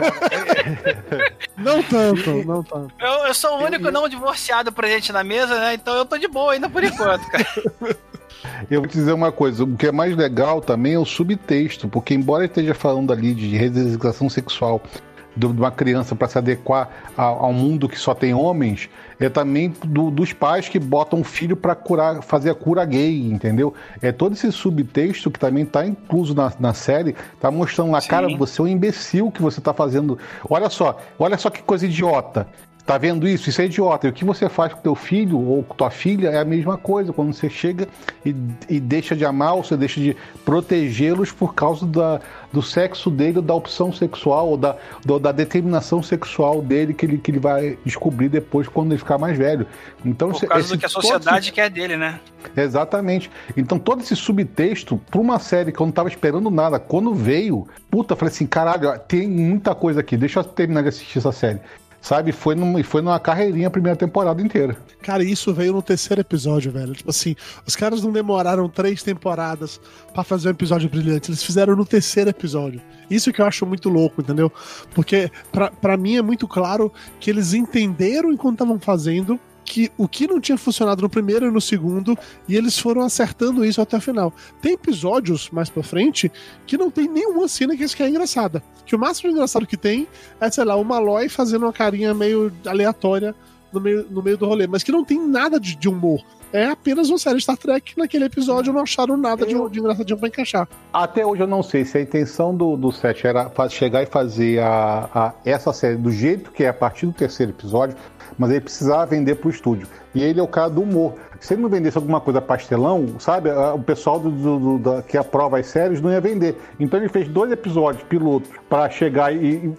Speaker 4: Não tanto.
Speaker 3: Eu sou o único não divorciado presente na mesa, né? Então eu tô de boa ainda por enquanto, cara.
Speaker 2: Eu vou te dizer uma coisa, o que é mais legal também é o subtexto, porque embora ele esteja falando ali de redesignação sexual de uma criança para se adequar ao mundo que só tem homens, é também dos pais que botam o filho para fazer a cura gay, entendeu? É todo esse subtexto que também está incluso na série, tá mostrando lá, cara, você é um imbecil que você tá fazendo. Olha só que coisa idiota. Tá vendo isso? Isso é idiota. E o que você faz com teu filho ou com tua filha é a mesma coisa. Quando você chega e deixa de amar, ou você deixa de protegê-los por causa do sexo dele, ou da opção sexual, ou da determinação sexual dele que ele vai descobrir depois quando ele ficar mais velho. Então,
Speaker 3: por causa do que a sociedade quer dele, né?
Speaker 2: Exatamente. Então todo esse subtexto, pra uma série que eu não tava esperando nada, quando veio, eu falei assim, caralho, tem muita coisa aqui, deixa eu terminar de assistir essa série. Sabe, foi numa carreirinha a primeira temporada inteira.
Speaker 4: Cara, isso veio no terceiro episódio, velho. Tipo assim, os caras não demoraram 3 temporadas pra fazer um episódio brilhante. Eles fizeram no terceiro episódio. Isso que eu acho muito louco, entendeu? Porque pra mim é muito claro que eles entenderam enquanto estavam fazendo que o que não tinha funcionado no primeiro e no segundo, e eles foram acertando isso até o final. Tem episódios mais pra frente que não tem nenhuma cena que é engraçada. Que o máximo de engraçado que tem é, sei lá, o Malloy fazendo uma carinha meio aleatória no meio do rolê, mas que não tem nada de humor. É apenas uma série de Star Trek que naquele episódio não acharam nada de engraçadinho pra encaixar.
Speaker 2: Até hoje eu não sei se a intenção do set era chegar e fazer essa série do jeito que é a partir do terceiro episódio, mas ele precisava vender pro estúdio. E ele é o cara do humor. Se ele não vendesse alguma coisa pastelão, sabe, o pessoal que aprova as séries não ia vender. Então ele fez 2 episódios pilotos para chegar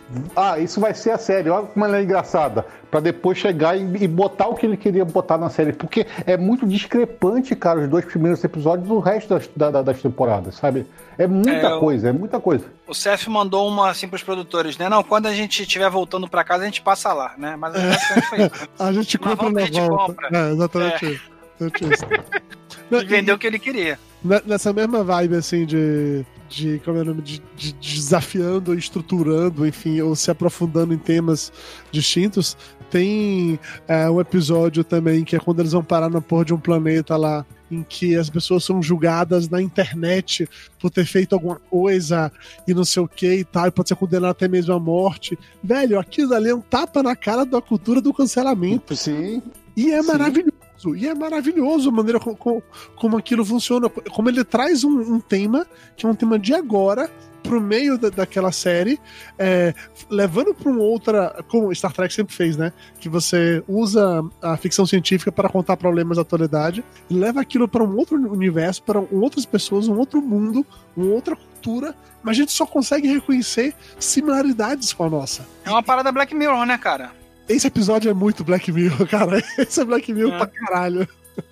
Speaker 2: isso vai ser a série, olha como ela é engraçada, para depois chegar e botar o que ele queria botar na série, porque é muito discrepante, cara, os 2 primeiros episódios do resto das temporadas, sabe? É muita coisa.
Speaker 3: O Cef mandou uma assim pros produtores, né? Não, quando a gente estiver voltando para casa, a gente passa lá, né? Mas basicamente foi isso.
Speaker 4: A gente compra na volta.
Speaker 3: Compra.
Speaker 4: Exatamente.
Speaker 3: E vendeu o que ele queria.
Speaker 4: Nessa mesma vibe, assim, como é o nome? De desafiando, estruturando, enfim, ou se aprofundando em temas distintos, tem um episódio também que é quando eles vão parar na porra de um planeta lá, em que as pessoas são julgadas na internet por ter feito alguma coisa e não sei o que e tal, e pode ser condenado até mesmo à morte. Velho, aquilo ali é um tapa na cara da cultura do cancelamento.
Speaker 2: Sim.
Speaker 4: E é maravilhoso. E é maravilhoso a maneira como aquilo funciona. Como ele traz um tema, que é um tema de agora, pro meio daquela série, levando para outra, como Star Trek sempre fez, né? Que você usa a ficção científica para contar problemas da atualidade e leva aquilo para um outro universo, para outras pessoas, um outro mundo, uma outra cultura, mas a gente só consegue reconhecer similaridades com a nossa.
Speaker 3: É uma parada Black Mirror, né, cara?
Speaker 4: Esse episódio é muito Black Mirror, cara. Esse é Black Mirror pra caralho.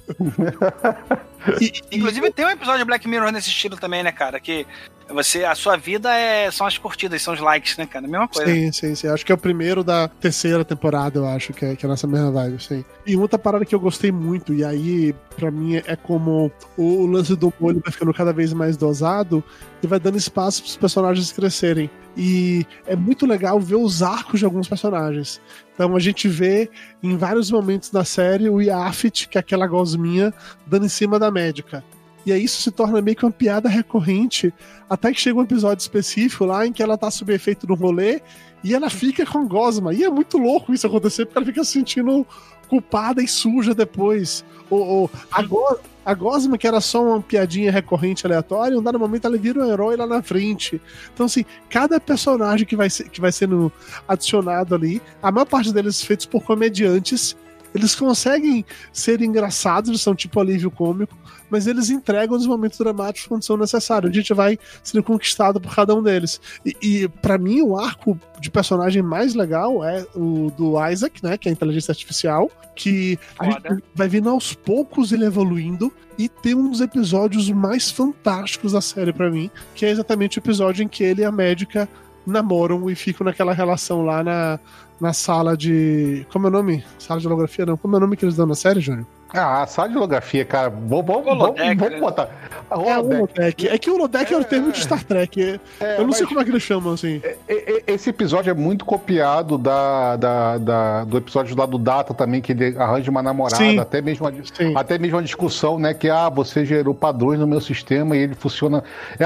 Speaker 3: Inclusive tem um episódio de Black Mirror nesse estilo também, né, cara? Que a sua vida são as curtidas, são os likes, né, cara? A mesma coisa.
Speaker 4: Sim. Acho que é o primeiro da terceira temporada, eu acho, que é nessa mesma vibe, sim. E outra parada que eu gostei muito, e aí, pra mim, é como o lance do olho vai ficando cada vez mais dosado e vai dando espaço pros personagens crescerem. E é muito legal ver os arcos de alguns personagens. Então a gente vê em vários momentos da série o Yafit, que é aquela gosminha, dando em cima da médica. E aí isso se torna meio que uma piada recorrente, até que chega um episódio específico lá em que ela tá sob efeito do rolê e ela fica com gosma. E é muito louco isso acontecer, porque ela fica se sentindo culpada e suja depois. A Gosma, que era só uma piadinha recorrente aleatória, em um dado momento ela vira um herói lá na frente. Então, assim, cada personagem que vai sendo adicionado ali, a maior parte deles feitos por comediantes, eles conseguem ser engraçados, eles são tipo alívio cômico, mas eles entregam os momentos dramáticos quando são necessários. A gente vai sendo conquistado por cada um deles. E para mim, o arco de personagem mais legal é o do Isaac, né, que é a inteligência artificial, que a gente vai vendo aos poucos ele evoluindo, e tem um dos episódios mais fantásticos da série para mim, que é exatamente o episódio em que ele e a médica namoram e ficam naquela relação lá na sala de... Como é o nome? Sala de holografia, não. Como é o nome que eles dão na série, Júnior?
Speaker 2: A sala de holografia, cara. Vamos botar.
Speaker 4: O holodeck. É que o holodeck é o termo de Star Trek. Eu não sei como é que eles chamam, assim.
Speaker 2: Esse episódio é muito copiado do episódio lá do Data também, que ele arranja uma namorada.
Speaker 4: Sim.
Speaker 2: Até mesmo uma discussão, né? Que você gerou padrões no meu sistema e ele funciona.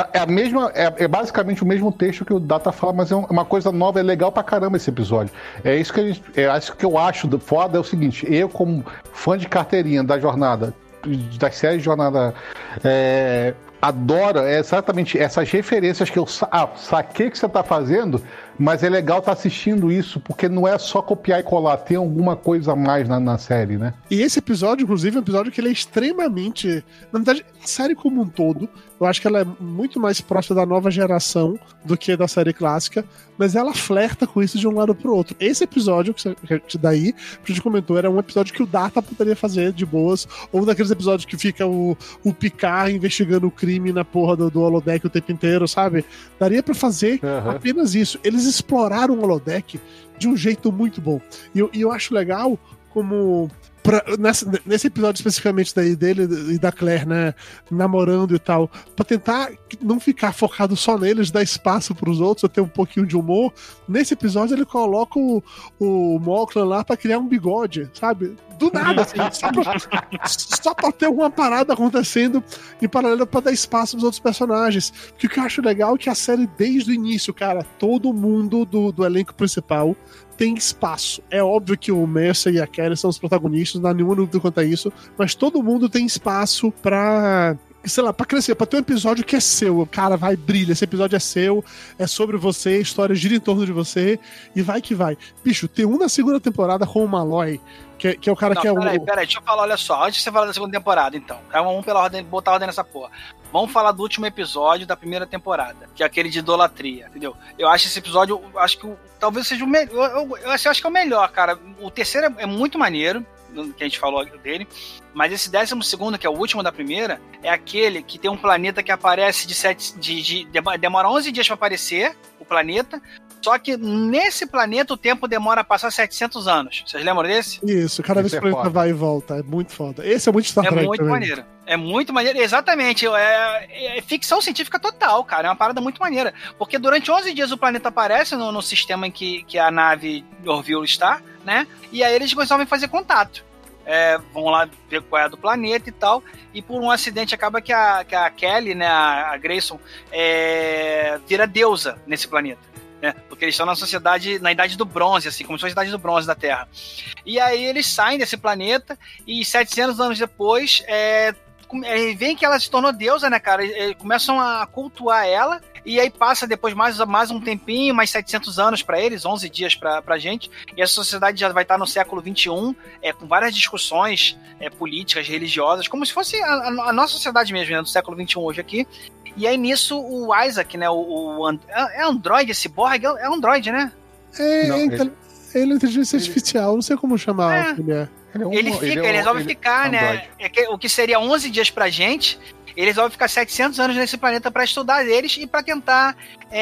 Speaker 2: É basicamente o mesmo texto que o Data fala, mas é uma coisa nova, é legal pra caramba esse episódio. Isso que eu acho foda é o seguinte: eu, como fã de carteirinha da jornada, das séries de jornada, adoro exatamente essas referências que eu saquei que você tá fazendo, mas é legal estar assistindo isso, porque não é só copiar e colar, tem alguma coisa a mais na série, né?
Speaker 4: E esse episódio, inclusive, é um episódio que ele é extremamente... Na verdade, a série como um todo, eu acho que ela é muito mais próxima da nova geração do que da série clássica, mas ela flerta com isso de um lado pro outro. Esse episódio, que daí, que a gente comentou, era um episódio que o Data poderia fazer de boas, ou um daqueles episódios que fica o Picard investigando o crime na porra do holodeck o tempo inteiro, sabe? Daria pra fazer apenas isso. Eles exploraram o holodeck de um jeito muito bom. E eu acho legal como... Nesse episódio especificamente dele e da Claire, né, namorando e tal, pra tentar não ficar focado só neles, dar espaço pros outros, ter um pouquinho de humor. Nesse episódio ele coloca o Moclan lá pra criar um bigode, sabe? Do nada, assim, só pra ter alguma parada acontecendo em paralelo pra dar espaço pros outros personagens. Porque o que eu acho legal é que a série, desde o início, cara, todo mundo do elenco principal tem espaço. É óbvio que o Mercer e a Kelly são os protagonistas, não há nenhuma dúvida quanto a isso, mas todo mundo tem espaço pra... sei lá, pra crescer, pra ter um episódio que é seu, cara, vai, brilha, esse episódio é seu, é sobre você, a história gira em torno de você, e vai que vai. Bicho, tem um na segunda temporada com o Malloy, que é o cara que é o...
Speaker 3: Peraí, deixa eu falar, olha só, antes de você falar da segunda temporada, então, vamos pela ordem, botar a ordem nessa porra. Vamos falar do último episódio da primeira temporada, que é aquele de idolatria, entendeu? Eu acho esse episódio, acho que talvez seja o melhor, eu acho que é o melhor, cara. O terceiro é muito maneiro, que a gente falou dele, mas esse 12º, que é o último da primeira, é aquele que tem um planeta que aparece demora 11 dias pra aparecer, o planeta, Só que nesse planeta o tempo demora a passar 700 anos. Vocês lembram desse?
Speaker 4: Isso, cada vez que o planeta vai e volta. É muito foda. Esse é muito Star Trek.
Speaker 3: É muito maneiro. É muito maneiro, exatamente. É ficção científica total, cara. É uma parada muito maneira. Porque durante 11 dias o planeta aparece no sistema em que a nave Orville está, né? E aí eles resolvem fazer contato. Vão lá ver qual é a do planeta e tal. E por um acidente acaba que a Kelly, né, a Grayson, vira deusa nesse planeta. Porque eles estão na sociedade, na idade do bronze, assim, como se fosse a idade do bronze da Terra. E aí eles saem desse planeta e 700 anos depois veem que ela se tornou deusa, né, cara? Começam a cultuar ela. E aí passa depois mais um tempinho, mais 700 anos pra eles, 11 dias pra gente, e a sociedade já vai estar no século XXI, com várias discussões políticas, religiosas, como se fosse a nossa sociedade mesmo, né, do século XXI hoje aqui. E aí nisso o Isaac, né, é Android, esse Borg, é Android, né?
Speaker 4: Ele é inteligência artificial, não sei como chamar.
Speaker 3: Ele resolve ficar, né? O que seria 11 dias pra gente, ele resolve ficar 700 anos nesse planeta pra estudar eles e pra tentar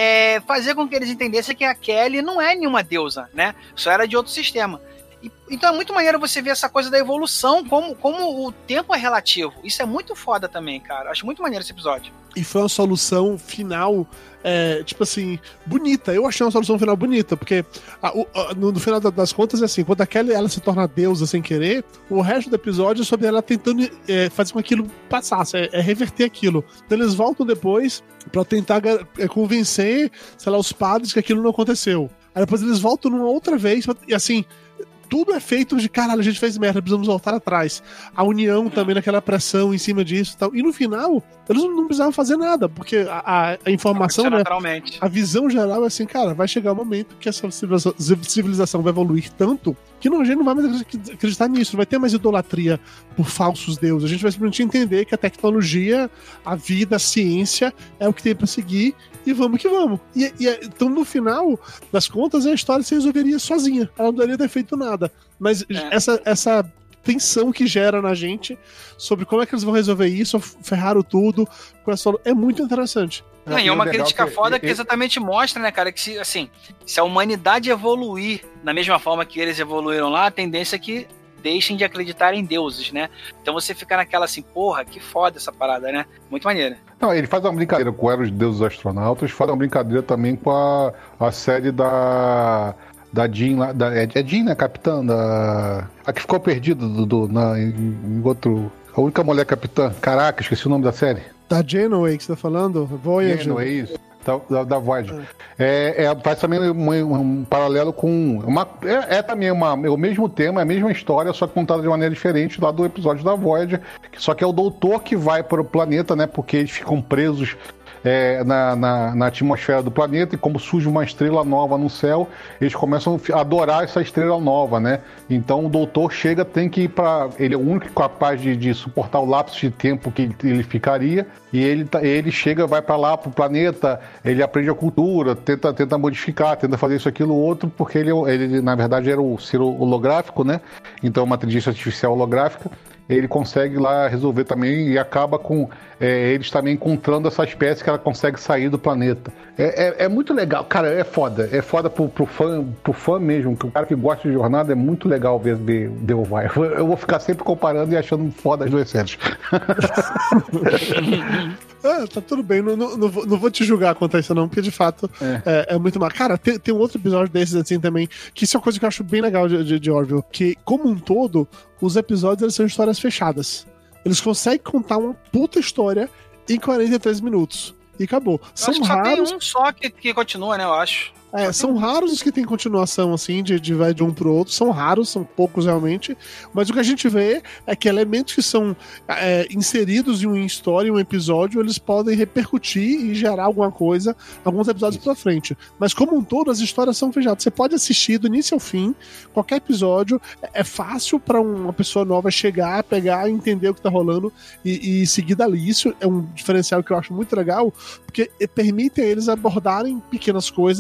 Speaker 3: fazer com que eles entendessem que a Kelly não é nenhuma deusa, né? Só era de outro sistema. Então é muito maneiro você ver essa coisa da evolução, como o tempo é relativo. Isso é muito foda também, cara. Acho muito maneiro esse episódio.
Speaker 4: E foi uma solução final, tipo assim, bonita. Eu achei uma solução final bonita, porque no final das contas é assim, quando a Kelly ela se torna deusa sem querer, o resto do episódio é sobre ela tentando fazer com que aquilo passasse, reverter aquilo. Então eles voltam depois pra tentar convencer, sei lá, os padres que aquilo não aconteceu. Aí depois eles voltam numa outra vez, e assim, tudo é feito de caralho, a gente fez merda, precisamos voltar atrás. A União também naquela pressão em cima disso e tal. E no final, eles não precisavam fazer nada, porque a informação, né, a visão geral é assim, cara, vai chegar um momento que essa civilização vai evoluir tanto que a gente não vai mais acreditar nisso, não vai ter mais idolatria por falsos deuses. A gente vai simplesmente entender que a tecnologia, a vida, a ciência é o que tem pra seguir e vamos que vamos. Então, no final das contas, a história se resolveria sozinha. Ela não poderia ter feito nada. Mas essa tensão que gera na gente sobre como é que eles vão resolver isso, ferraram tudo, é muito interessante.
Speaker 3: E é uma crítica foda que exatamente mostra, né, cara, que se a humanidade evoluir da mesma forma que eles evoluíram lá, a tendência é que deixem de acreditar em deuses, né? Então você fica naquela assim, porra, que foda essa parada, né? Muito maneira.
Speaker 2: Não, ele faz uma brincadeira com Eros Deuses Astronautas, faz uma brincadeira também com a série da Jean lá, é Jean, né, capitã? A que ficou perdida em outro... A única mulher capitã. Caraca, esqueci o nome da série.
Speaker 4: Da Janeway que você tá falando? Voyager.
Speaker 2: Janeway, isso. Da Voyager. Faz também um paralelo com... também o mesmo tema, a mesma história, só que contada de maneira diferente lá do episódio da Voyager. Só que é o doutor que vai para o planeta, né? Porque eles ficam presos na atmosfera do planeta, e como surge uma estrela nova no céu, eles começam a adorar essa estrela nova, né? Então o doutor tem que ir para... Ele é o único capaz de suportar o lapso de tempo que ele ficaria, e ele chega, vai para lá, pro planeta, ele aprende a cultura, tenta modificar, tenta fazer isso, aquilo, outro, porque ele na verdade era o ser holográfico, né? Então uma inteligência artificial holográfica. Ele consegue lá resolver também e acaba com eles também encontrando essa espécie que ela consegue sair do planeta. É muito legal, cara, é foda pro fã mesmo, que o cara que gosta de jornada é muito legal ver The Wire. Eu vou ficar sempre comparando e achando foda as duas séries.
Speaker 4: Tá tudo bem, não vou te julgar quanto a isso não, porque de fato é muito mal. Cara, tem um outro episódio desses assim também, que isso é uma coisa que eu acho bem legal de Orville, que como um todo, os episódios eles são histórias fechadas. Eles conseguem contar uma puta história em 43 minutos. E acabou. São raros.
Speaker 3: Tem um só que continua, né, eu acho.
Speaker 4: São raros os que tem continuação, assim, vai de um pro outro. São raros, são poucos realmente. Mas o que a gente vê é que elementos que são inseridos em uma história, em um episódio, eles podem repercutir e gerar alguma coisa, alguns episódios pra frente. Mas como um todo, as histórias são fechadas. Você pode assistir do início ao fim, qualquer episódio. É fácil pra uma pessoa nova chegar, pegar, entender o que tá rolando e seguir dali. Isso é um diferencial que eu acho muito legal, porque permite a eles abordarem pequenas coisas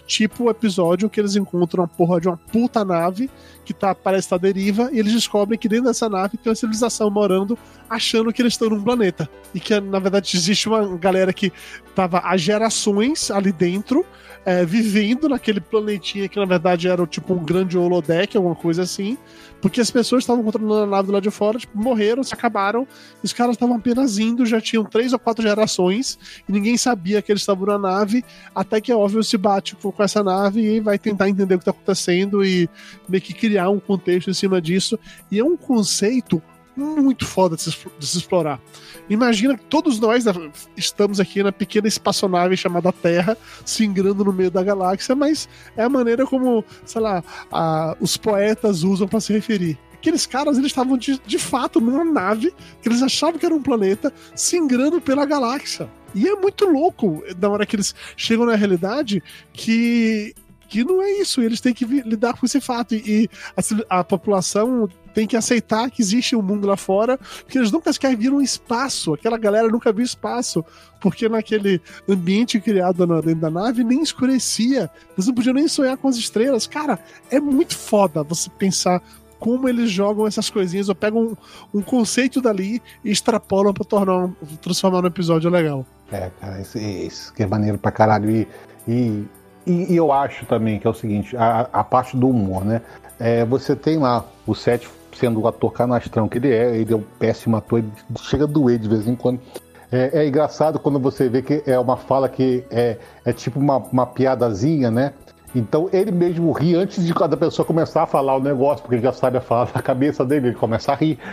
Speaker 4: tipo o episódio que eles encontram a porra de uma puta nave que parece estar à deriva, e eles descobrem que dentro dessa nave tem uma civilização morando, achando que eles estão num planeta. E que, na verdade, existe uma galera que tava há gerações ali dentro, vivendo naquele planetinha que, na verdade, era tipo um grande holodeck, alguma coisa assim, porque as pessoas estavam controlando a nave do lado de fora, tipo, morreram, se acabaram, e os caras estavam apenas indo, já tinham 3 ou 4 gerações, e ninguém sabia que eles estavam na nave, até que a Orville se bate com essa nave e vai tentar entender o que está acontecendo e meio que criar um contexto em cima disso, e é um conceito muito foda de se explorar. Imagina que todos nós estamos aqui na pequena espaçonave chamada Terra, se ingrando no meio da galáxia, mas é a maneira como, sei lá, os poetas usam para se referir. Aqueles caras, eles estavam de fato numa nave que eles achavam que era um planeta, se ingrando pela galáxia. E é muito louco, na hora que eles chegam na realidade, que não é isso, eles têm que lidar com esse fato, e a população tem que aceitar que existe um mundo lá fora, porque eles nunca sequer viram espaço, aquela galera nunca viu espaço, porque naquele ambiente criado dentro da nave nem escurecia, eles não podiam nem sonhar com as estrelas. Cara, é muito foda você pensar como eles jogam essas coisinhas, ou pegam um conceito dali e extrapolam pra transformar num episódio legal.
Speaker 2: Cara, isso que é maneiro pra caralho, e eu acho também que é o seguinte, a parte do humor, né? Você tem lá o Seth sendo o ator canastrão que ele é um péssimo ator, ele chega a doer de vez em quando. É engraçado quando você vê que é uma fala que é tipo uma piadazinha, né? Então ele mesmo ri antes de cada pessoa começar a falar o negócio, porque ele já sabe a fala da cabeça dele, ele começa a rir.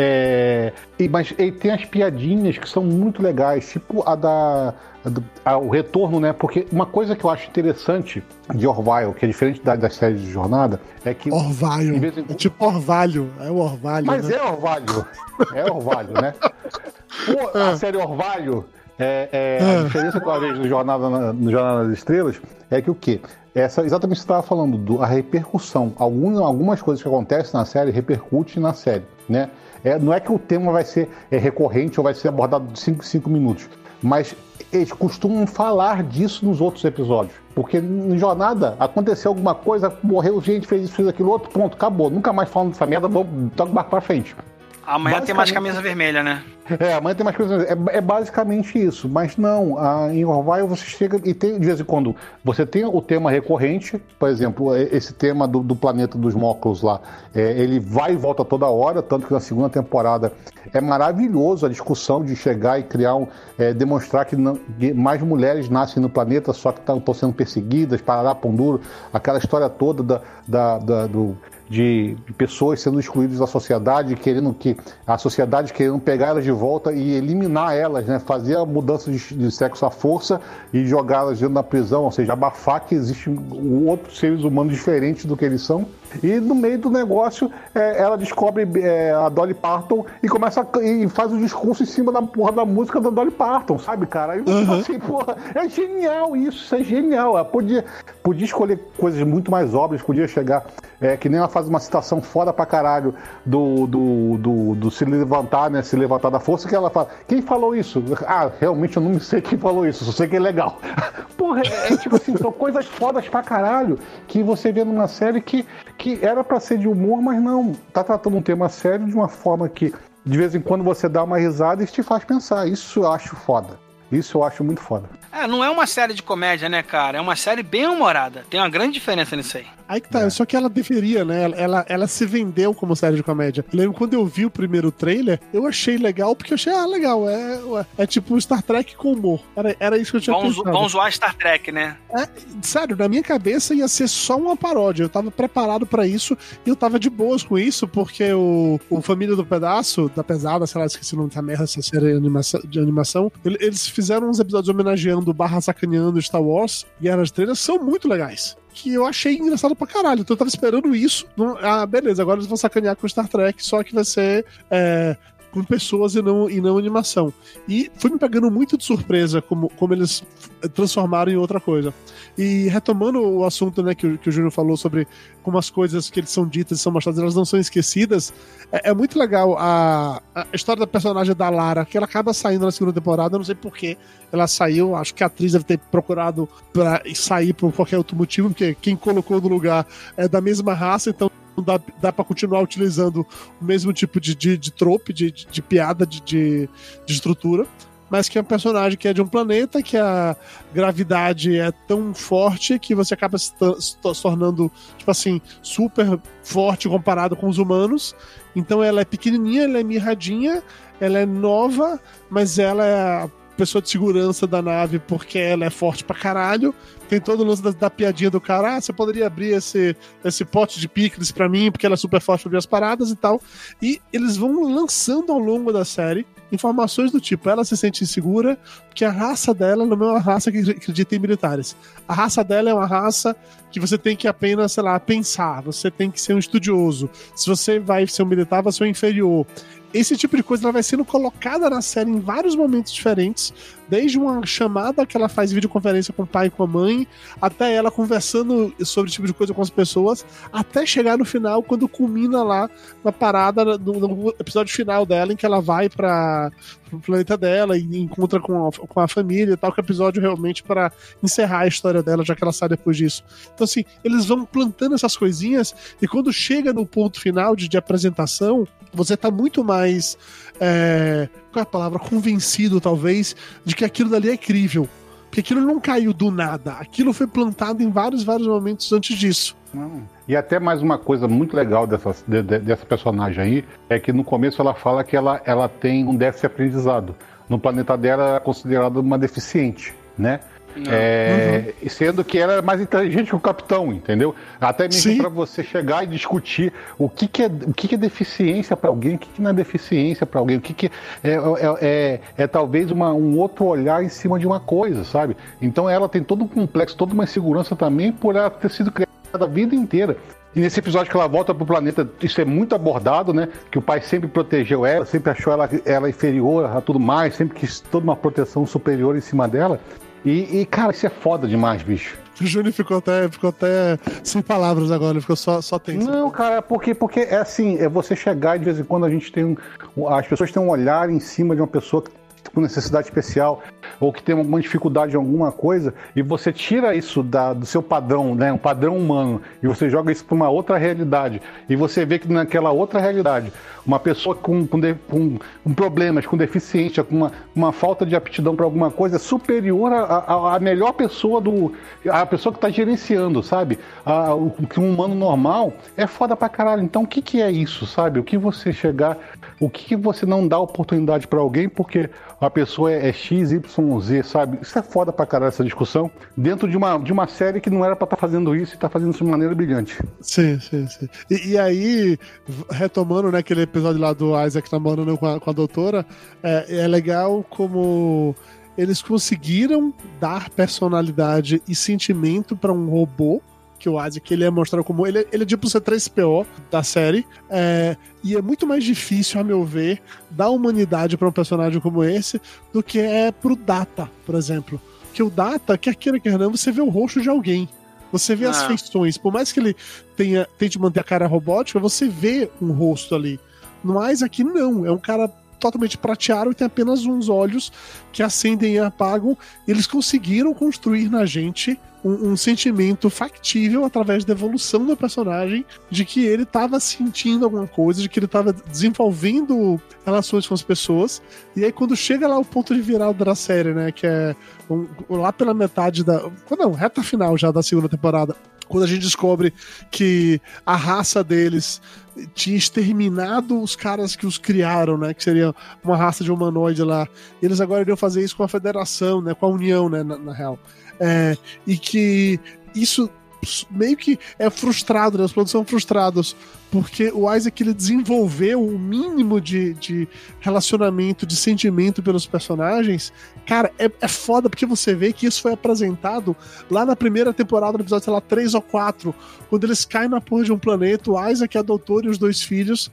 Speaker 2: Mas ele tem as piadinhas que são muito legais, tipo o retorno, né? Porque uma coisa que eu acho interessante de Orville, que é diferente das séries de jornada, é que...
Speaker 4: Orvalho. É tipo Orvalho. É o Orvalho.
Speaker 2: Mas
Speaker 4: né?
Speaker 2: É Orvalho. É Orvalho, né? A série Orvalho, a diferença que eu vejo no Jornada das Estrelas é que o quê? Exatamente o que você estava falando, a repercussão. Algumas coisas que acontecem na série repercutem na série, né? Não é que o tema vai ser recorrente ou vai ser abordado de 5 minutos, mas eles costumam falar disso nos outros episódios. Porque em Jornada aconteceu alguma coisa, morreu gente, fez isso, fez aquilo outro, pronto, acabou. Nunca mais falando dessa merda, vamos tocar o barco pra frente.
Speaker 3: Amanhã tem mais camisa vermelha, né?
Speaker 2: Amanhã tem mais coisas. É basicamente isso. Mas não, em Orville você chega e tem, de vez em quando, você tem o tema recorrente, por exemplo, esse tema do planeta dos Móculos lá, ele vai e volta toda hora, tanto que na segunda temporada é maravilhoso a discussão de chegar e criar demonstrar que mais mulheres nascem no planeta, só que estão sendo perseguidas, parará, pão duro, aquela história toda de pessoas sendo excluídas da sociedade, a sociedade querendo pegar elas de volta e eliminar elas, né? Fazer a mudança de sexo à força e jogá-las dentro da prisão, ou seja, abafar que existem outros seres humanos diferentes do que eles são. E no meio do negócio, ela descobre a Dolly Parton e faz um discurso em cima da porra da música da Dolly Parton, sabe, cara? Aí você fala assim, porra, é genial isso é genial. Ela podia escolher coisas muito mais óbvias, podia chegar, que nem ela faz uma citação foda pra caralho do se levantar, né, se levantar da força, que ela fala, quem falou isso? Realmente eu não sei quem falou isso, só sei que é legal. Porra, tipo assim, são coisas fodas pra caralho que você vê numa série que era pra ser de humor, mas não, tá tratando um tema sério de uma forma que de vez em quando você dá uma risada e te faz pensar. Isso eu acho foda. Isso eu acho muito foda.
Speaker 3: Não é uma série de comédia, né, cara? É uma série bem humorada. Tem uma grande diferença nisso aí.
Speaker 4: Aí que tá, só que ela deveria, né? Ela se vendeu como série de comédia. Eu lembro quando eu vi o primeiro trailer, eu achei legal, porque eu achei, legal, é tipo Star Trek com humor. Era isso que eu tinha pensado.
Speaker 3: Vamos zoar Star Trek, né?
Speaker 4: Sério, na minha cabeça ia ser só uma paródia. Eu tava preparado pra isso e eu tava de boas com isso, porque o Família do Pedaço, da Pesada, sei lá, esqueci o nome da merda, essa série de animação, eles fizeram uns episódios homenageando / sacaneando Star Wars, e as trailers são muito legais. Que eu achei engraçado pra caralho. Então eu tava esperando isso. Beleza, agora eles vão sacanear com Star Trek, só que vai ser com pessoas e não animação. E foi me pegando muito de surpresa como eles transformaram em outra coisa. E retomando o assunto, né, que o Júnior falou sobre como as coisas que eles são ditas e são mostradas, elas não são esquecidas, é muito legal a história da personagem da Lara, que ela acaba saindo na segunda temporada, eu não sei porquê ela saiu, acho que a atriz deve ter procurado pra sair por qualquer outro motivo, porque quem colocou no lugar é da mesma raça, então dá pra continuar utilizando o mesmo tipo de trope, de piada, de estrutura, mas que é um personagem que é de um planeta, que a gravidade é tão forte que você acaba se tornando, tipo assim, super forte comparado com os humanos. Então ela é pequenininha, ela é mirradinha, ela é nova, mas ela é a pessoa de segurança da nave porque ela é forte pra caralho. Tem todo o lance da piadinha do cara, você poderia abrir esse pote de picles pra mim, porque ela é super forte pra abrir as paradas e tal. E eles vão lançando ao longo da série informações do tipo, ela se sente insegura porque a raça dela não é uma raça que acredita em militares. A raça dela é uma raça que você tem que apenas, sei lá, pensar, você tem que ser um estudioso. Se você vai ser um militar, você é um inferior. Esse tipo de coisa ela vai sendo colocada na série em vários momentos diferentes, desde uma chamada que ela faz videoconferência com o pai e com a mãe, até ela conversando sobre esse tipo de coisa com as pessoas, até chegar no final, quando culmina lá na parada, no episódio final dela, em que ela vai para o planeta dela e encontra com a família e tal, que é o episódio realmente para encerrar a história dela, já que ela sai depois disso. Então assim, eles vão plantando essas coisinhas, e quando chega no ponto final de apresentação, você tá muito mais qual é a palavra? Convencido, talvez, de que aquilo dali é crível. Porque aquilo não caiu do nada. Aquilo foi plantado em vários momentos antes disso.
Speaker 2: E até mais uma coisa muito legal dessa personagem aí, é que no começo ela fala que ela tem um déficit de aprendizado. No planeta dela ela é considerada uma deficiente, né? Sendo que ela é mais inteligente que o capitão, entendeu? Até mesmo para você chegar e discutir o que é deficiência para alguém, o que não é deficiência para alguém, o que é talvez um outro olhar em cima de uma coisa, sabe? Então ela tem todo um complexo, toda uma insegurança também por ela ter sido criada a vida inteira. E nesse episódio que ela volta pro planeta, isso é muito abordado, né? Que o pai sempre protegeu ela, sempre achou ela inferior a tudo mais, sempre quis toda uma proteção superior em cima dela. E, cara, isso é foda demais, bicho.
Speaker 4: O Júnior ficou até sem palavras agora, ficou só tenso.
Speaker 2: Não, cara, porque é assim, é você chegar e de vez em quando a gente tem as pessoas têm um olhar em cima de uma pessoa com necessidade especial ou que tem alguma dificuldade em alguma coisa, e você tira isso do seu padrão, né, um padrão humano, e você joga isso para uma outra realidade, e você vê que naquela outra realidade, uma pessoa com problemas, com deficiência, com uma falta de aptidão para alguma coisa é superior à melhor pessoa a pessoa que está gerenciando, sabe? Que um humano normal é foda pra caralho. Então o que é isso, sabe? O que você não dá oportunidade para alguém porque a pessoa é X, Y, Z, sabe? Isso é foda pra caralho, essa discussão, dentro de uma série que não era pra estar fazendo isso e tá fazendo isso de maneira brilhante.
Speaker 4: Sim. E aí, retomando, né, aquele episódio lá do Isaac namorando com a doutora, é legal como eles conseguiram dar personalidade e sentimento pra um robô, que o Isaac ele é mostrado como... Ele é tipo o C3PO da série, e é muito mais difícil, a meu ver, dar humanidade pra um personagem como esse do que é pro Data, por exemplo. Porque o Data, quer queira, quer não, você vê o rosto de alguém. Você vê as feições. Por mais que ele tente manter a cara robótica, você vê um rosto ali. No Isaac, não. É um cara totalmente prateado e tem apenas uns olhos que acendem e apagam. Eles conseguiram construir na gente um sentimento factível através da evolução do personagem, de que ele estava sentindo alguma coisa, de que ele estava desenvolvendo relações com as pessoas. E aí quando chega lá o ponto de virada da série, né, que é lá pela metade reta final já da segunda temporada, quando a gente descobre que a raça deles tinha exterminado os caras que os criaram, né, que seria uma raça de humanoide lá, e eles agora iriam fazer isso com a Federação, né, com a União, né, na real. E que isso meio que é frustrado, né? Os planos são frustrados, porque o Isaac ele desenvolveu o mínimo de relacionamento, de sentimento pelos personagens. Cara, é foda, porque você vê que isso foi apresentado lá na primeira temporada, no episódio, sei lá, 3 ou 4, quando eles caem na porra de um planeta, o Isaac, a doutora e os 2 filhos,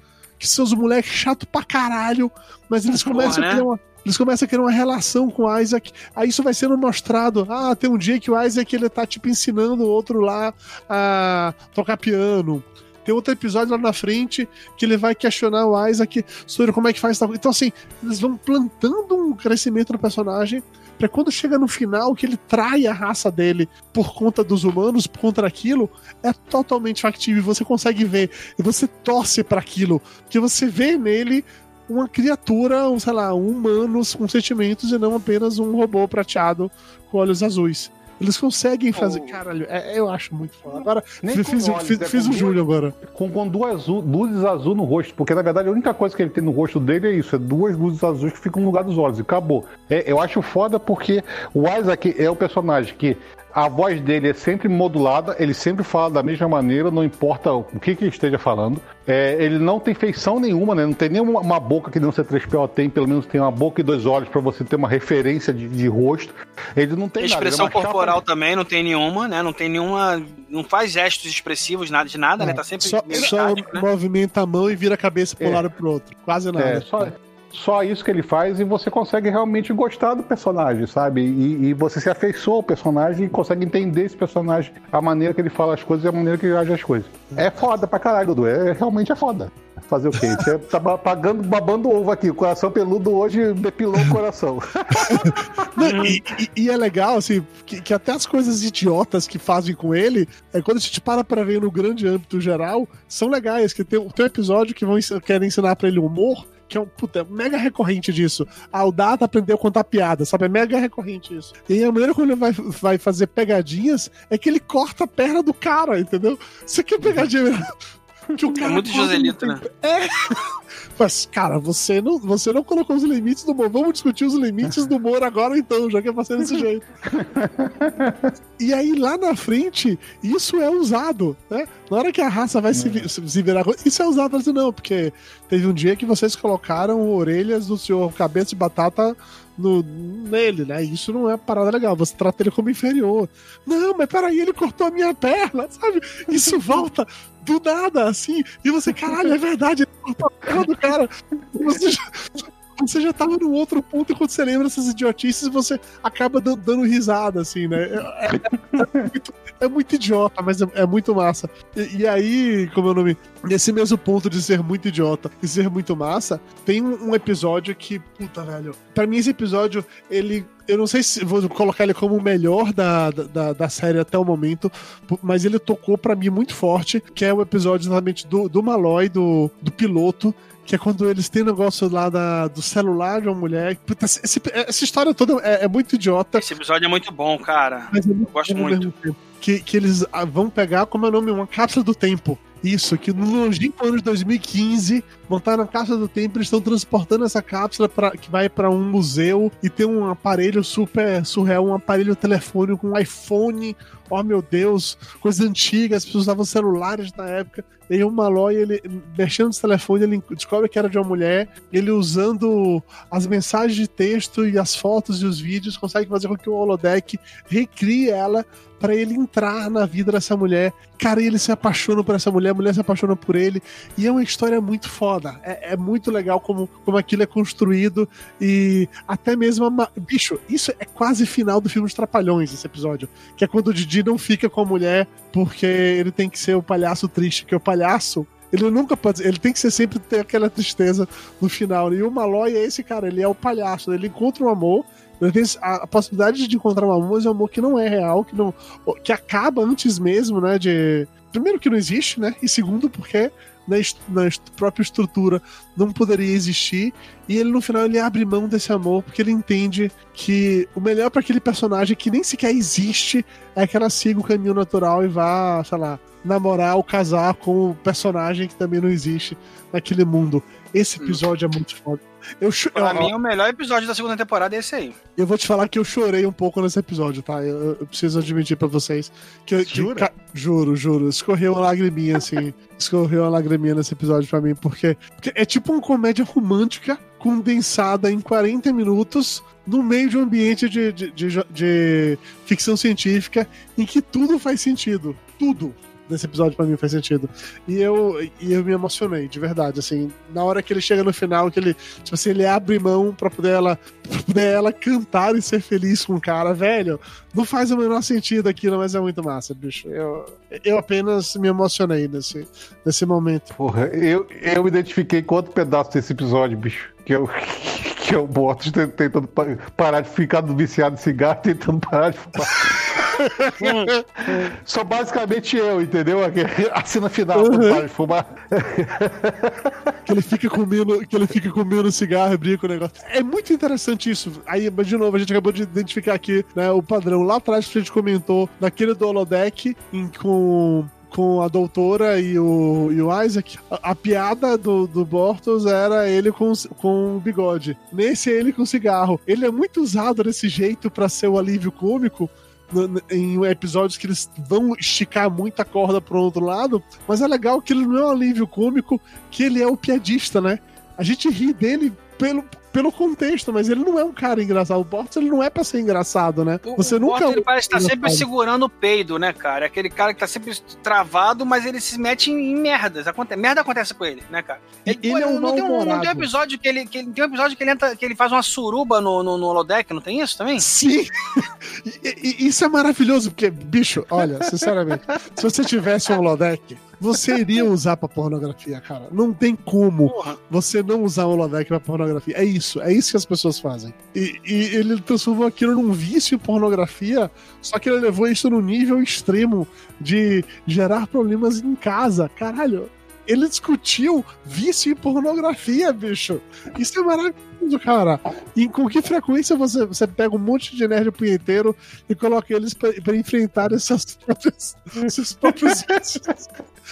Speaker 4: que são os moleques chato pra caralho, mas eles começam a criar uma relação com o Isaac. Aí isso vai sendo mostrado. Tem um dia que o Isaac ele tá tipo ensinando o outro lá a tocar piano. Tem outro episódio lá na frente que ele vai questionar o Isaac sobre como é que faz tal. Então, assim, eles vão plantando um crescimento no personagem pra quando chega no final que ele trai a raça dele por conta dos humanos, por conta daquilo, é totalmente factível. E você consegue ver, e você torce pra aquilo, porque você vê nele uma criatura, sei lá, um humano com sentimentos e não apenas um robô prateado com olhos azuis. Eles conseguem fazer. Caralho, eu acho muito foda. Agora, fiz o Júlio agora.
Speaker 2: Com duas luzes azul no rosto, porque na verdade a única coisa que ele tem no rosto dele é isso: é duas luzes azuis que ficam no lugar dos olhos, e acabou. Eu acho foda porque o Isaac é o personagem que a voz dele é sempre modulada, ele sempre fala da mesma maneira, não importa o que ele esteja falando. Ele não tem feição nenhuma, né? Não tem nem uma boca que não C3PO tem, pelo menos tem uma boca e 2 olhos pra você ter uma referência de rosto. Ele não tem
Speaker 3: expressão corporal também não tem nenhuma, né? Não tem nenhuma, não faz gestos expressivos, nada de nada, né? Tá sempre
Speaker 4: só
Speaker 3: estático, né?
Speaker 4: Movimenta a mão e vira a cabeça pro lado pro outro. Quase nada.
Speaker 2: Só isso que ele faz e você consegue realmente gostar do personagem, sabe? E você se afeiçoa ao personagem e consegue entender esse personagem, a maneira que ele fala as coisas e a maneira que ele age as coisas. É foda pra caralho, Dudu. Realmente é foda. Fazer o quê? Você tá babando ovo aqui. O coração peludo hoje depilou o coração.
Speaker 4: E é legal, assim, que até as coisas idiotas que fazem com ele, quando a gente para pra ver no grande âmbito geral, são legais. Que tem um episódio que querem ensinar pra ele humor, que é mega recorrente disso. O Data aprendeu a contar piada, sabe? É mega recorrente isso. E a maneira como ele vai fazer pegadinhas é que ele corta a perna do cara, entendeu? Isso aqui é pegadinha. Que o cara
Speaker 3: muito Joselito, né?
Speaker 4: Mas, cara, você não colocou os limites do humor. Vamos discutir os limites do humor agora, então, já que é pra ser desse jeito. E aí, lá na frente, isso é usado, né? Na hora que a raça vai se virar, isso é usado pra dizer, não, porque teve um dia que vocês colocaram orelhas do senhor cabeça de batata nele, né? Isso não é parada legal, você trata ele como inferior. Não, mas peraí, ele cortou a minha perna, sabe? Isso volta do nada, assim, e você, caralho, é verdade, ele cortou a perna do cara. Você já tava no outro ponto, e quando você lembra essas idiotices, você acaba dando risada, assim, né? É muito idiota, mas é muito massa. E aí, como é o nome? Nesse mesmo ponto de ser muito idiota e ser muito massa, tem um episódio que, puta, velho, pra mim esse episódio, eu não sei se vou colocar ele como o melhor da série até o momento, mas ele tocou pra mim muito forte, que é o episódio exatamente do Malloy, do piloto, que é quando eles têm o negócio lá do celular de uma mulher. Puta, essa história toda é muito idiota.
Speaker 3: Esse episódio é muito bom, cara.
Speaker 4: Mas eu gosto muito. Que eles vão pegar, como é o nome? Uma cápsula do tempo. Isso, que no longínquo ano de 2015, montaram a cápsula do tempo, eles estão transportando essa cápsula que vai pra um museu e tem um aparelho super surreal, um aparelho telefônico, um iPhone, oh meu Deus, coisa antiga, as pessoas usavam celulares na época. E aí o Malloy, ele mexendo no telefone, ele descobre que era de uma mulher, ele usando as mensagens de texto e as fotos e os vídeos, consegue fazer com que o holodeck recrie ela pra ele entrar na vida dessa mulher. Cara, ele se apaixona por essa mulher, a mulher se apaixona por ele, e é uma história muito foda. É muito legal como aquilo é construído, e até mesmo bicho, isso é quase final do filme Os Trapalhões, esse episódio, que é quando o Didi não fica com a mulher porque ele tem que ser o palhaço triste, que o palhaço, ele nunca pode, ele tem que sempre ter aquela tristeza no final, e o Malloy é esse cara, ele é o palhaço, ele encontra um amor, ele tem a possibilidade de encontrar um amor, mas é um amor que não é real, que acaba antes mesmo, né, primeiro que não existe, né, e segundo porque na própria estrutura não poderia existir, e ele no final ele abre mão desse amor porque ele entende que o melhor para aquele personagem que nem sequer existe é que ela siga o caminho natural e vá, sei lá, namorar ou casar com o personagem que também não existe naquele mundo. Esse episódio é muito foda.
Speaker 3: Pra mim, o melhor episódio da segunda temporada é esse aí.
Speaker 4: Eu vou te falar que eu chorei um pouco nesse episódio, tá? Eu preciso admitir pra vocês. Juro. Escorreu uma lagriminha, assim. Escorreu uma lagriminha nesse episódio pra mim, porque é tipo uma comédia romântica condensada em 40 minutos no meio de um ambiente de ficção científica em que tudo faz sentido. Tudo. nesse episódio pra mim faz sentido. E eu me emocionei, de verdade, assim, na hora que ele chega no final, que ele, tipo assim, ele abre mão pra poder ela cantar e ser feliz com o cara, velho, não faz o menor sentido aquilo, mas é muito massa, bicho. Eu apenas me emocionei nesse momento.
Speaker 2: Porra, eu me identifiquei com outro pedaço desse episódio, bicho, que é o Bortos tentando parar de ficar viciado em cigarro, tentando parar de fumar. Só basicamente eu, entendeu? A cena final, quando para de fumar.
Speaker 4: Que ele fica comendo cigarro e brinca com o negócio. É muito interessante isso. Aí, de novo, a gente acabou de identificar aqui, né, o padrão. Lá atrás a gente comentou naquele do holodeck com a doutora e o Isaac, a piada do Bortos era ele com o bigode. Nesse é ele com cigarro. Ele é muito usado desse jeito pra ser o alívio cômico em episódios que eles vão esticar muita corda pro outro lado, mas é legal que ele não é um alívio cômico, que ele é o piadista, né? A gente ri dele pelo contexto, mas ele não é um cara engraçado. O Bortos, ele não é pra ser engraçado, né?
Speaker 3: Você nunca Bortos, ele parece estar sempre segurando o peido, né, cara? Aquele cara que tá sempre travado, mas ele se mete em merdas. Merda acontece com ele, né, cara?
Speaker 4: Ele é um
Speaker 3: não tem um episódio que ele faz uma suruba no holodeck, não tem isso também?
Speaker 4: Sim! E isso é maravilhoso, porque, bicho, olha, sinceramente, se você tivesse um holodeck, você iria usar pra pornografia, cara. Não tem como você não usar um holodeck pra pornografia. É isso que as pessoas fazem. E ele transformou aquilo num vício em pornografia, só que ele levou isso no nível extremo de gerar problemas em casa. Caralho, ele discutiu vício em pornografia, bicho. Isso é maravilhoso, cara. E com que frequência você pega um monte de nerd punheteiro e coloca eles pra enfrentar esses próprios vícios?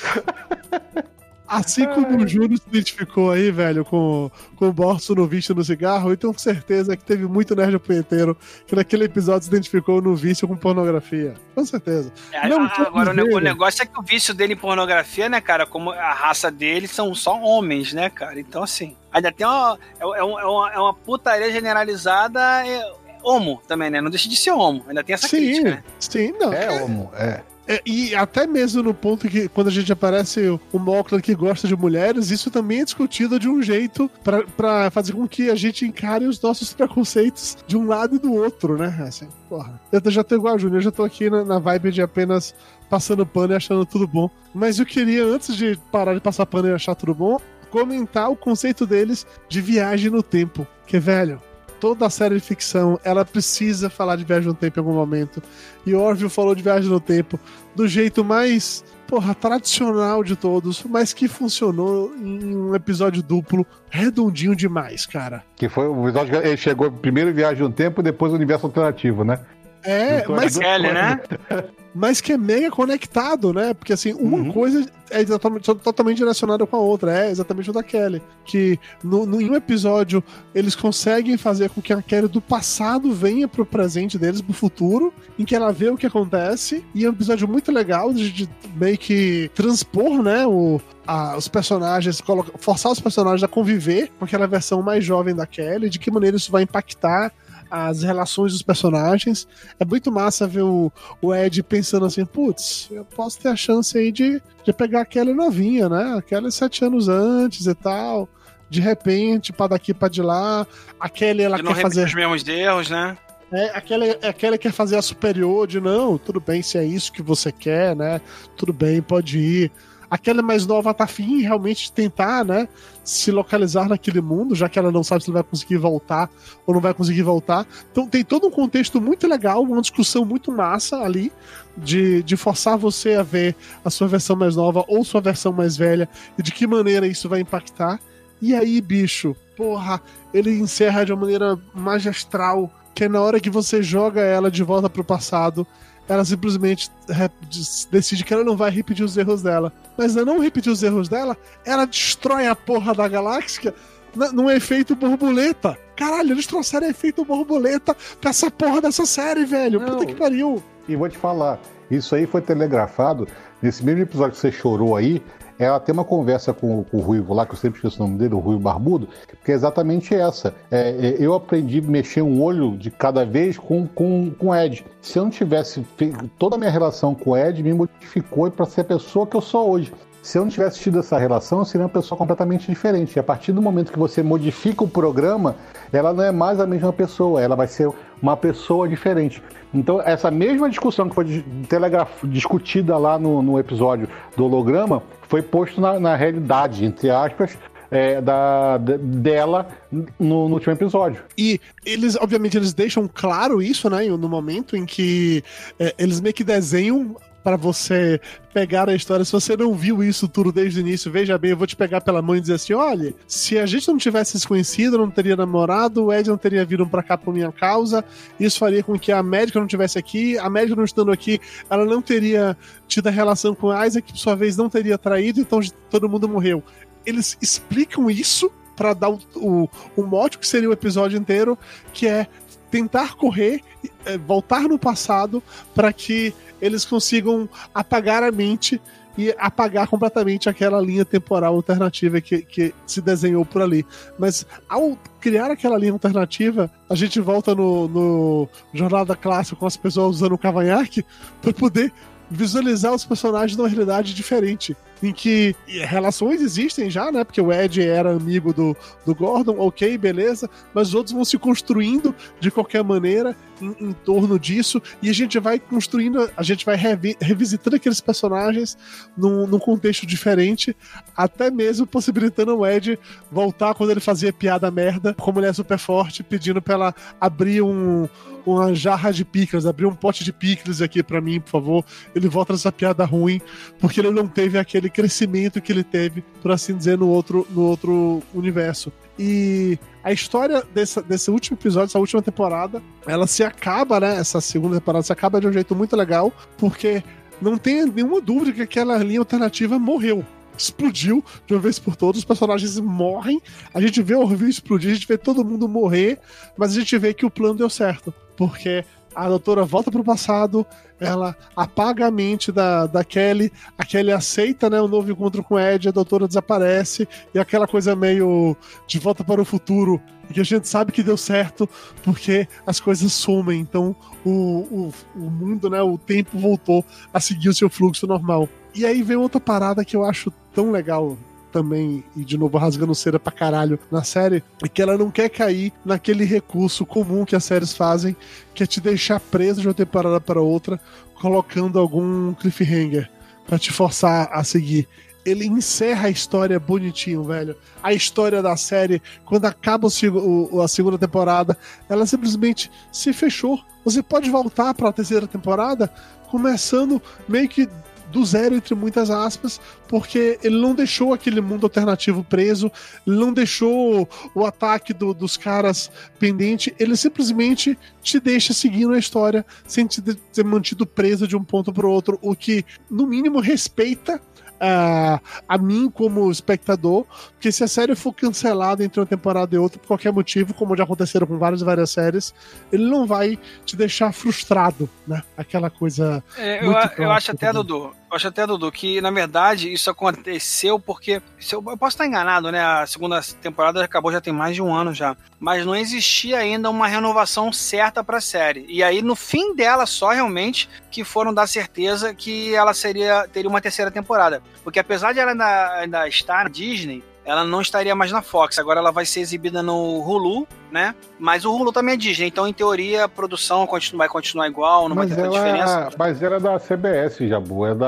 Speaker 4: Assim como o Júnior se identificou aí, velho, com o Bortos no vício no cigarro, eu tenho certeza que teve muito nerd punheteiro que naquele episódio se identificou no vício com pornografia. Com certeza.
Speaker 3: Agora, o negócio é que o vício dele em pornografia, né, cara, como a raça dele são só homens, né, cara? Então, assim, ainda tem uma putaria generalizada homo também, né? Não deixa de ser homo. Ainda tem essa crítica, né?
Speaker 4: Sim, não.
Speaker 2: É homo, é.
Speaker 4: E até mesmo no ponto que quando a gente aparece o Moklan que gosta de mulheres, isso também é discutido de um jeito pra fazer com que a gente encare os nossos preconceitos de um lado e do outro, né? Assim, porra. Eu já tô igual a Júnior, eu já tô aqui na vibe de apenas passando pano e achando tudo bom. Mas eu queria, antes de parar de passar pano e achar tudo bom, comentar o conceito deles de viagem no tempo. Que, velho, toda a série de ficção, ela precisa falar de viagem no tempo em algum momento. E Orville falou de viagem no tempo do jeito mais, tradicional de todos, mas que funcionou em um episódio duplo, redondinho demais, cara.
Speaker 2: Que foi o episódio que ele chegou primeiro em viagem no tempo e depois o universo alternativo, né?
Speaker 4: Mas que é mega conectado, né? Porque assim, uma coisa é totalmente relacionada com a outra. É exatamente o da Kelly. Que em um episódio eles conseguem fazer com que a Kelly do passado venha pro presente deles, pro futuro, em que ela vê o que acontece. E é um episódio muito legal de meio que transpor, né? Os personagens, forçar os personagens a conviver com aquela versão mais jovem da Kelly, de que maneira isso vai impactar as relações dos personagens. É muito massa ver o Ed pensando assim, putz, eu posso ter a chance aí de pegar a Kelly novinha, né? A Kelly 7 anos antes e tal. De repente, pra daqui pra de lá. A Kelly, ela quer fazer
Speaker 3: os mesmos erros, né?
Speaker 4: A Kelly quer fazer a superior de não, tudo bem, se é isso que você quer, né? Tudo bem, pode ir. Aquela mais nova tá afim realmente de tentar, né, se localizar naquele mundo, já que ela não sabe se ela vai conseguir voltar ou não vai conseguir voltar. Então tem todo um contexto muito legal, uma discussão muito massa ali, de forçar você a ver a sua versão mais nova ou sua versão mais velha, e de que maneira isso vai impactar. E aí, bicho, ele encerra de uma maneira magistral, que é na hora que você joga ela de volta pro passado, ela simplesmente decide que ela não vai repetir os erros dela. Mas ela não repetir os erros dela, ela destrói a porra da galáxia num efeito borboleta. Caralho, eles trouxeram efeito borboleta pra essa porra dessa série, velho. Não. Puta que pariu.
Speaker 2: E vou te falar, isso aí foi telegrafado nesse mesmo episódio que você chorou aí. ela tem uma conversa com o Ruivo lá, que eu sempre esqueço o nome dele, o Ruivo Barbudo, que é exatamente essa. Eu aprendi a mexer um olho de cada vez com o Ed. Se eu não tivesse feito toda a minha relação com o Ed, me modificou para ser a pessoa que eu sou hoje. Se eu não tivesse tido essa relação, eu seria uma pessoa completamente diferente. E a partir do momento que você modifica o programa, ela não é mais a mesma pessoa, ela vai ser uma pessoa diferente. Então, essa mesma discussão que foi discutida lá no episódio do holograma, foi posto na realidade, entre aspas, dela no último episódio.
Speaker 4: E eles, obviamente, eles deixam claro isso, né? No momento em que eles meio que desenham para você pegar a história. Se você não viu isso tudo desde o início, veja bem, eu vou te pegar pela mão e dizer assim, olha, se a gente não tivesse se conhecido, eu não teria namorado, o Ed não teria vindo pra cá por minha causa, isso faria com que a médica não estivesse aqui, a médica não estando aqui, ela não teria tido a relação com a Isaac, que por sua vez não teria traído, então todo mundo morreu. Eles explicam isso para dar o mote que seria o episódio inteiro, que é tentar correr, voltar no passado para que eles consigam apagar a mente e apagar completamente aquela linha temporal alternativa que se desenhou por ali. Mas ao criar aquela linha alternativa, a gente volta no Jornada Clássica com as pessoas usando o cavanhaque para poder visualizar os personagens numa realidade diferente, em que relações existem já, né? Porque o Ed era amigo do Gordon, ok, beleza, mas os outros vão se construindo de qualquer maneira em torno disso, e a gente vai construindo, a gente vai revisitando aqueles personagens num contexto diferente, até mesmo possibilitando o Ed voltar quando ele fazia piada merda, como ele é super forte, pedindo pra ela abrir uma jarra de picles, abrir um pote de picles aqui pra mim, por favor. Ele volta nessa piada ruim, porque ele não teve aquele crescimento que ele teve, por assim dizer, no outro universo. E a história desse último episódio, dessa última temporada, ela se acaba, né? Essa segunda temporada se acaba de um jeito muito legal, porque não tem nenhuma dúvida que aquela linha alternativa morreu. Explodiu de uma vez por todas, os personagens morrem, a gente vê o Orville explodir, a gente vê todo mundo morrer, mas a gente vê que o plano deu certo, porque a doutora volta pro passado, ela apaga a mente da Kelly, a Kelly aceita, né, o novo encontro com o Ed, a doutora desaparece, e aquela coisa meio de volta para o futuro, que a gente sabe que deu certo, porque as coisas somem, então o mundo, né, o tempo voltou a seguir o seu fluxo normal. E aí vem outra parada que eu acho tão legal também, e de novo rasgando cera pra caralho na série, é que ela não quer cair naquele recurso comum que as séries fazem, que é te deixar preso de uma temporada para outra, colocando algum cliffhanger pra te forçar a seguir. Ele encerra a história bonitinho, velho. A história da série, quando acaba a segunda temporada, ela simplesmente se fechou. Você pode voltar pra terceira temporada começando meio que do zero, entre muitas aspas, porque ele não deixou aquele mundo alternativo preso, ele não deixou o ataque dos caras pendente, ele simplesmente te deixa seguindo a história sem te ter mantido preso de um ponto pro outro, o que, no mínimo, respeita a mim como espectador, porque se a série for cancelada entre uma temporada e outra por qualquer motivo, como já aconteceram com várias séries, ele não vai te deixar frustrado, né? Aquela coisa.
Speaker 3: Eu acho até, Dudu, que na verdade isso aconteceu porque, eu posso estar enganado, né? A segunda temporada acabou já tem mais de um ano já, mas não existia ainda uma renovação certa pra série. E aí no fim dela só realmente que foram dar certeza que ela teria uma terceira temporada. Porque apesar de ela ainda estar na Disney, ela não estaria mais na Fox. Agora ela vai ser exibida no Hulu, né? Mas o Hulu também é Disney, então em teoria a produção vai continuar igual, não vai ter tanta diferença.
Speaker 2: Mas era da CBS, Jabu, é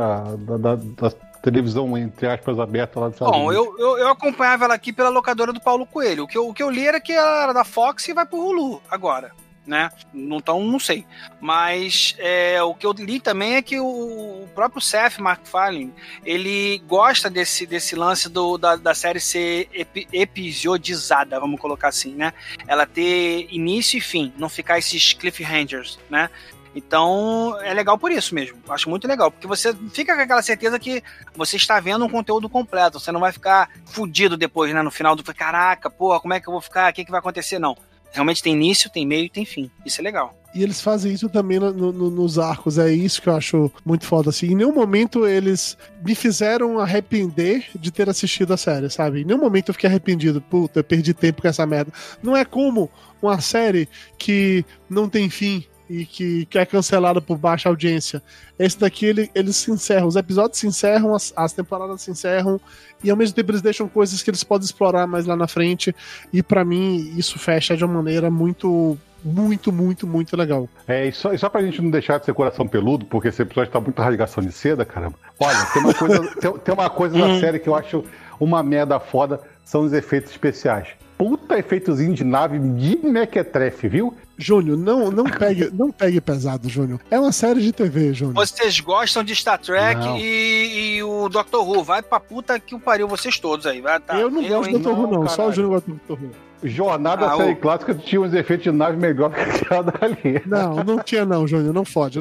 Speaker 2: da televisão, entre aspas, aberta lá do Estados Unidos.
Speaker 3: Bom, eu acompanhava ela aqui pela locadora do Paulo Coelho. O que eu li era que ela era da Fox e vai pro Hulu agora, né? Então, não sei. Mas o que eu li também é que o próprio Seth MacFarlane, ele gosta desse lance da série ser episodizada, vamos colocar assim, né? Ela ter início e fim, não ficar esses cliffhangers, né? Então, é legal por isso mesmo. Acho muito legal, porque você fica com aquela certeza que você está vendo um conteúdo completo. Você não vai ficar fudido depois, né? No final do... Caraca, porra, como é que eu vou ficar? O que vai acontecer? Não. Realmente tem início, tem meio e tem fim. Isso é legal.
Speaker 4: E eles fazem isso também nos arcos. É isso que eu acho muito foda, assim. Em nenhum momento eles me fizeram arrepender de ter assistido a série, sabe? Em nenhum momento eu fiquei arrependido. Puta, eu perdi tempo com essa merda. Não é como uma série que não tem fim e que é cancelada por baixa audiência. Esse daqui, eles se encerram. Os episódios se encerram, as temporadas se encerram, e ao mesmo tempo eles deixam coisas que eles podem explorar mais lá na frente. E pra mim, isso fecha de uma maneira muito legal.
Speaker 2: E só pra gente não deixar de ser coração peludo, porque esse episódio tá muito rasgação de seda, caramba. Olha, tem uma coisa na série que eu acho uma merda foda, são os efeitos especiais. Puta efeitozinho de nave de mequetrefe, viu?
Speaker 4: Júnior, não pegue pesado, Júnior. É uma série de TV, Júnior.
Speaker 3: Vocês gostam de Star Trek e o Dr. Who. Vai pra puta que o pariu vocês todos aí. Vai, tá.
Speaker 4: Eu não gosto do Dr. Who, não. Só o Júnior gosta do Dr. Who.
Speaker 2: Jornada da série clássica tinha uns efeitos de nave melhor que aquela dali.
Speaker 4: Não tinha não, Júnior. Não fode.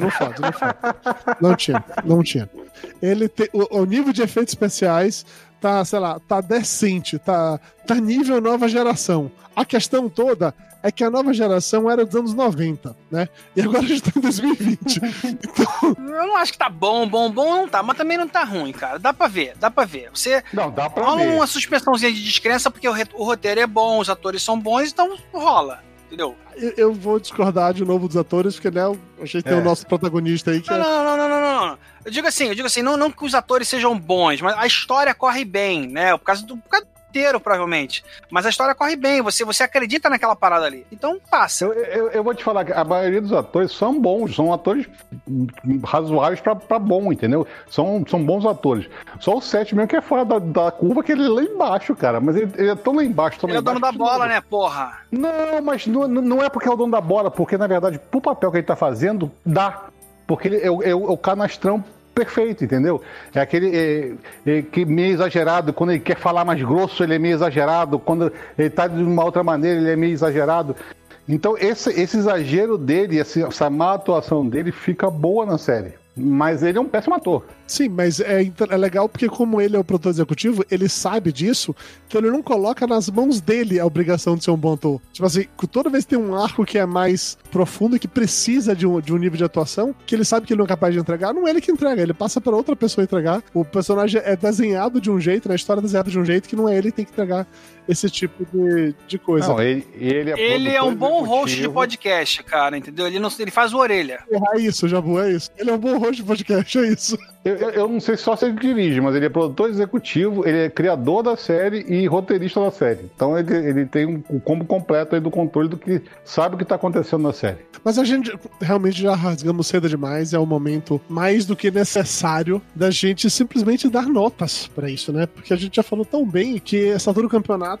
Speaker 4: Não tinha. Ele o nível de efeitos especiais tá, sei lá, tá decente, tá nível nova geração. A questão toda é que a nova geração era dos anos 90, né? E agora a gente tá em 2020. Então...
Speaker 3: Eu não acho que tá bom não tá, mas também não tá ruim, cara. Dá pra ver. Você
Speaker 2: não, dá pra
Speaker 3: rola
Speaker 2: ver.
Speaker 3: Uma suspensãozinha de descrença, porque o roteiro é bom, os atores são bons, então rola. Entendeu?
Speaker 4: Eu vou discordar de novo dos atores, porque, né, a gente tem o nosso protagonista aí que
Speaker 3: Não. Eu digo assim, não que os atores sejam bons, mas a história corre bem, né? Por causa do inteiro, provavelmente. Mas a história corre bem, você acredita naquela parada ali. Então, passa.
Speaker 2: Eu vou te falar que a maioria dos atores são bons, são atores razoáveis pra bom, entendeu? São bons atores. Só o Seth mesmo que é fora da curva, que ele é lá embaixo, cara. Mas ele é tão lá embaixo,
Speaker 3: ele é o dono da bola, né, porra?
Speaker 2: Não, mas não é porque é o dono da bola, porque, na verdade, pro papel que ele tá fazendo, dá. Porque ele é o canastrão perfeito, entendeu? É aquele que meio exagerado, quando ele quer falar mais grosso, ele é meio exagerado, quando ele tá de uma outra maneira, ele é meio exagerado. Então, esse exagero dele, essa má atuação dele fica boa na série. Mas ele é um péssimo ator.
Speaker 4: Sim, mas é legal porque como ele é o produtor executivo, ele sabe disso, então ele não coloca nas mãos dele a obrigação de ser um bom ator. Tipo assim, toda vez que tem um arco que é mais profundo, que precisa de um nível de atuação, que ele sabe que ele não é capaz de entregar, não é ele que entrega, ele passa para outra pessoa entregar. O personagem é desenhado de um jeito, a história é desenhada de um jeito que não é ele que tem que entregar esse tipo de coisa.
Speaker 2: Não, ele
Speaker 3: é um bom host de podcast, cara, entendeu? Ele faz o orelha.
Speaker 4: É isso, Jabu, é isso. Ele é um bom host de podcast, é isso.
Speaker 2: Eu não sei só se ele dirige, mas ele é produtor executivo, ele é criador da série e roteirista da série. Então ele tem o combo completo aí do controle do que sabe o que está acontecendo na série.
Speaker 4: Mas a gente realmente já rasgamos cedo demais, é o momento mais do que necessário da gente simplesmente dar notas pra isso, né? Porque a gente já falou tão bem que essa altura do campeonato...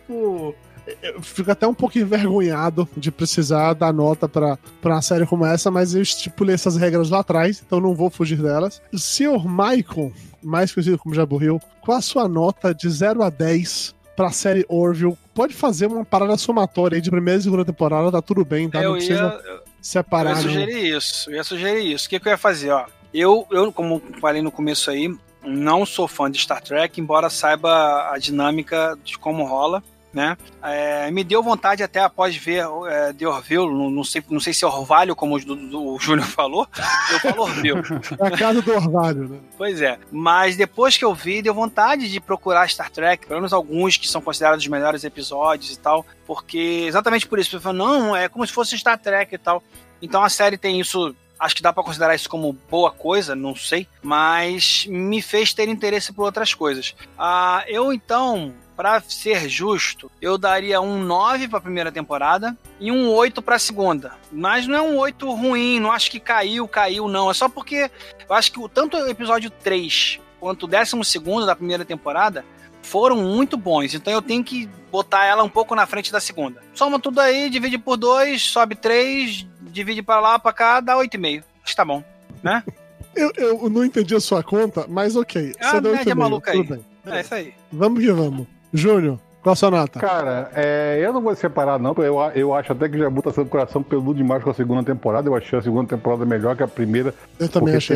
Speaker 4: Eu fico até um pouco envergonhado de precisar dar nota pra uma série como essa, mas eu estipulei essas regras lá atrás, então não vou fugir delas. O Sr. Michael, mais conhecido como Jabu Hill, qual a sua nota de 0 a 10 pra série Orville? Pode fazer uma parada somatória aí de primeira e segunda temporada, tá tudo bem, tá? Não precisa separar.
Speaker 3: Eu ia sugerir isso. O que eu ia fazer, ó? Eu, como falei no começo aí, não sou fã de Star Trek, embora saiba a dinâmica de como rola. Né? Me deu vontade até após ver The Orville, não sei se é Orvalho, como o Júnior falou, eu falo Orville.
Speaker 4: É a casa do Orvalho, né?
Speaker 3: Pois é, mas depois que eu vi, deu vontade de procurar Star Trek, pelo menos alguns que são considerados os melhores episódios e tal, porque exatamente por isso, eu falo, não, é como se fosse Star Trek e tal. Então a série tem isso. Acho que dá pra considerar isso como boa coisa, não sei, mas me fez ter interesse por outras coisas. Eu, então, pra ser justo, eu daria um 9 pra primeira temporada e um 8 pra segunda. Mas não é um 8 ruim, não acho que caiu, não. É só porque eu acho que tanto o episódio 3 quanto o 12º da primeira temporada foram muito bons, então eu tenho que botar ela um pouco na frente da segunda. Soma tudo aí, divide por 2, sobe 3, divide pra lá, pra cá, dá 8,5. Acho que tá bom, né?
Speaker 4: eu não entendi a sua conta, mas ok.
Speaker 3: Você deu 8,5, maluca aí. Bem. É isso aí.
Speaker 4: Vamos que vamos. Júnior, qual a sua nota?
Speaker 2: Cara, eu não vou separar não, porque eu acho até que já botou essa coração peludo demais com a segunda temporada. Eu achei a segunda temporada melhor que a primeira.
Speaker 4: Eu também achei.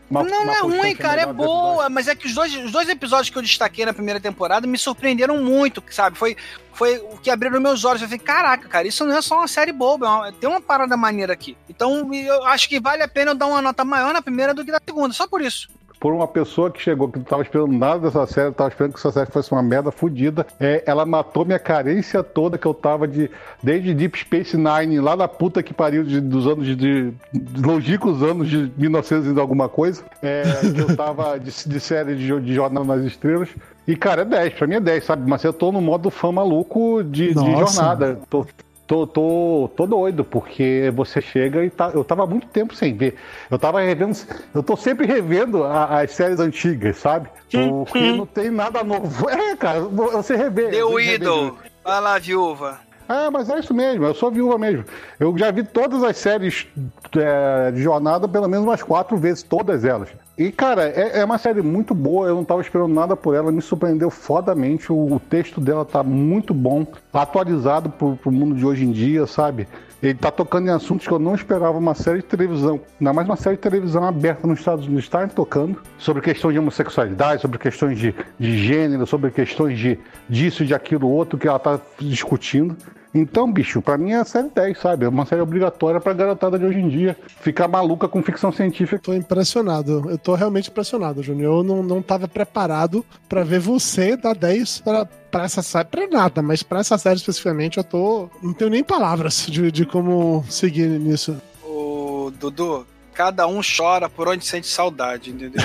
Speaker 3: Não é ruim, cara, é boa, mas é que os dois episódios que eu destaquei na primeira temporada me surpreenderam muito, sabe? Foi o que abriram meus olhos. Eu falei, caraca, cara, isso não é só uma série boba, tem uma parada maneira aqui. Então, eu acho que vale a pena eu dar uma nota maior na primeira do que na segunda, só por isso.
Speaker 2: Por uma pessoa que chegou, que não tava esperando nada dessa série, tava esperando que essa série fosse uma merda fodida, ela matou minha carência toda que eu tava desde Deep Space Nine, lá na puta que pariu dos anos de longínquos anos de 1900 e alguma coisa, que eu tava de série de Jornada nas Estrelas. E, cara, é 10, pra mim é 10, sabe? Mas eu tô no modo fã maluco de jornada. Tô doido, porque você chega e eu tava há muito tempo sem ver. Eu tava revendo, eu tô sempre revendo as séries antigas, sabe? Porque não tem nada novo. Cara, você revê.
Speaker 3: The Widow, vai lá, viúva.
Speaker 2: Mas é isso mesmo, eu sou viúva mesmo. Eu já vi todas as séries de jornada pelo menos umas 4 vezes, todas elas. E, cara, é uma série muito boa, eu não tava esperando nada por ela, me surpreendeu fodamente, o texto dela tá muito bom, atualizado pro mundo de hoje em dia, sabe? Ele tá tocando em assuntos que eu não esperava uma série de televisão, ainda mais uma série de televisão aberta nos Estados Unidos, estar tocando sobre questões de homossexualidade, sobre questões de gênero, sobre questões disso e de aquilo outro que ela tá discutindo. Então, bicho, pra mim é a série 10, sabe? É uma série obrigatória pra garotada de hoje em dia ficar maluca com ficção científica.
Speaker 4: Tô impressionado, eu tô realmente impressionado, Júnior. Eu não tava preparado pra ver você dar 10 pra essa série, pra nada, mas pra essa série especificamente não tenho nem palavras de como seguir nisso.
Speaker 3: Ô, Dudu, cada um chora por onde sente saudade, entendeu?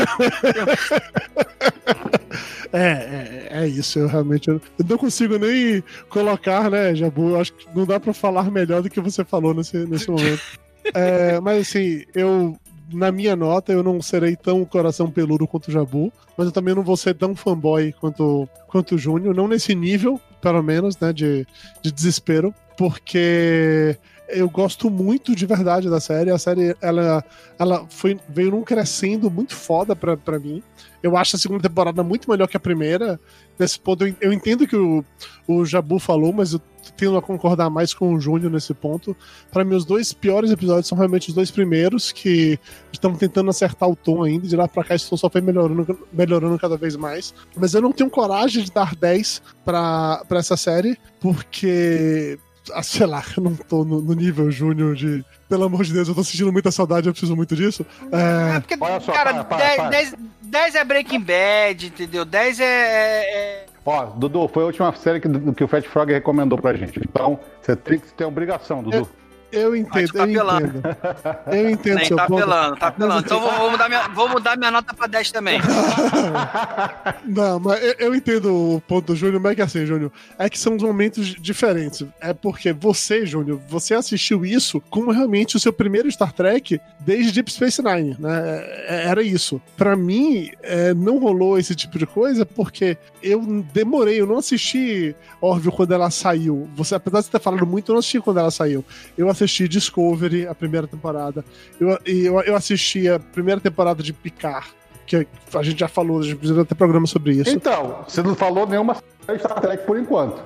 Speaker 4: É isso, eu realmente eu não consigo nem colocar, né, Jabu? Eu acho que não dá pra falar melhor do que você falou nesse momento. Mas assim, na minha nota, eu não serei tão coração peludo quanto o Jabu, mas eu também não vou ser tão fanboy quanto o Júnior, não nesse nível, pelo menos, né, de desespero, porque eu gosto muito de verdade da série. A série, ela veio num crescendo muito foda pra mim. Eu acho a segunda temporada muito melhor que a primeira. Nesse ponto, eu entendo que o Jabu falou, mas eu tendo a concordar mais com o Júnior nesse ponto. Pra mim, os 2 piores episódios são realmente os 2 primeiros, que estão tentando acertar o tom ainda. De lá pra cá, esse tom só foi melhorando cada vez mais. Mas eu não tenho coragem de dar 10 pra essa série, porque... sei lá, eu não tô no nível Júnior de... Pelo amor de Deus, eu tô sentindo muita saudade, eu preciso muito disso.
Speaker 3: Porque, cara, 10 é Breaking Bad, entendeu? 10 é...
Speaker 2: Ó, Dudu, foi a última série que o Fat Frog recomendou pra gente. Então, você tem que ter obrigação, Dudu.
Speaker 4: Eu entendo. Eu entendo seu ponto.
Speaker 3: Tá apelando. Então vou mudar minha nota pra 10 também.
Speaker 4: Não, mas eu entendo o ponto do Júnior, mas é que assim, Júnior, é que são momentos diferentes. É porque você, Júnior, você assistiu isso como realmente o seu primeiro Star Trek desde Deep Space Nine, né? Era isso. Pra mim, não rolou esse tipo de coisa porque eu demorei, eu não assisti Orville quando ela saiu. Você, apesar de ter falado muito, eu não assisti quando ela saiu. Eu assisti Discovery, a primeira temporada. Eu assisti a primeira temporada de Picard, que a gente já falou, a gente precisa ter programa sobre isso.
Speaker 2: Então, você não falou nenhuma Star Trek por enquanto.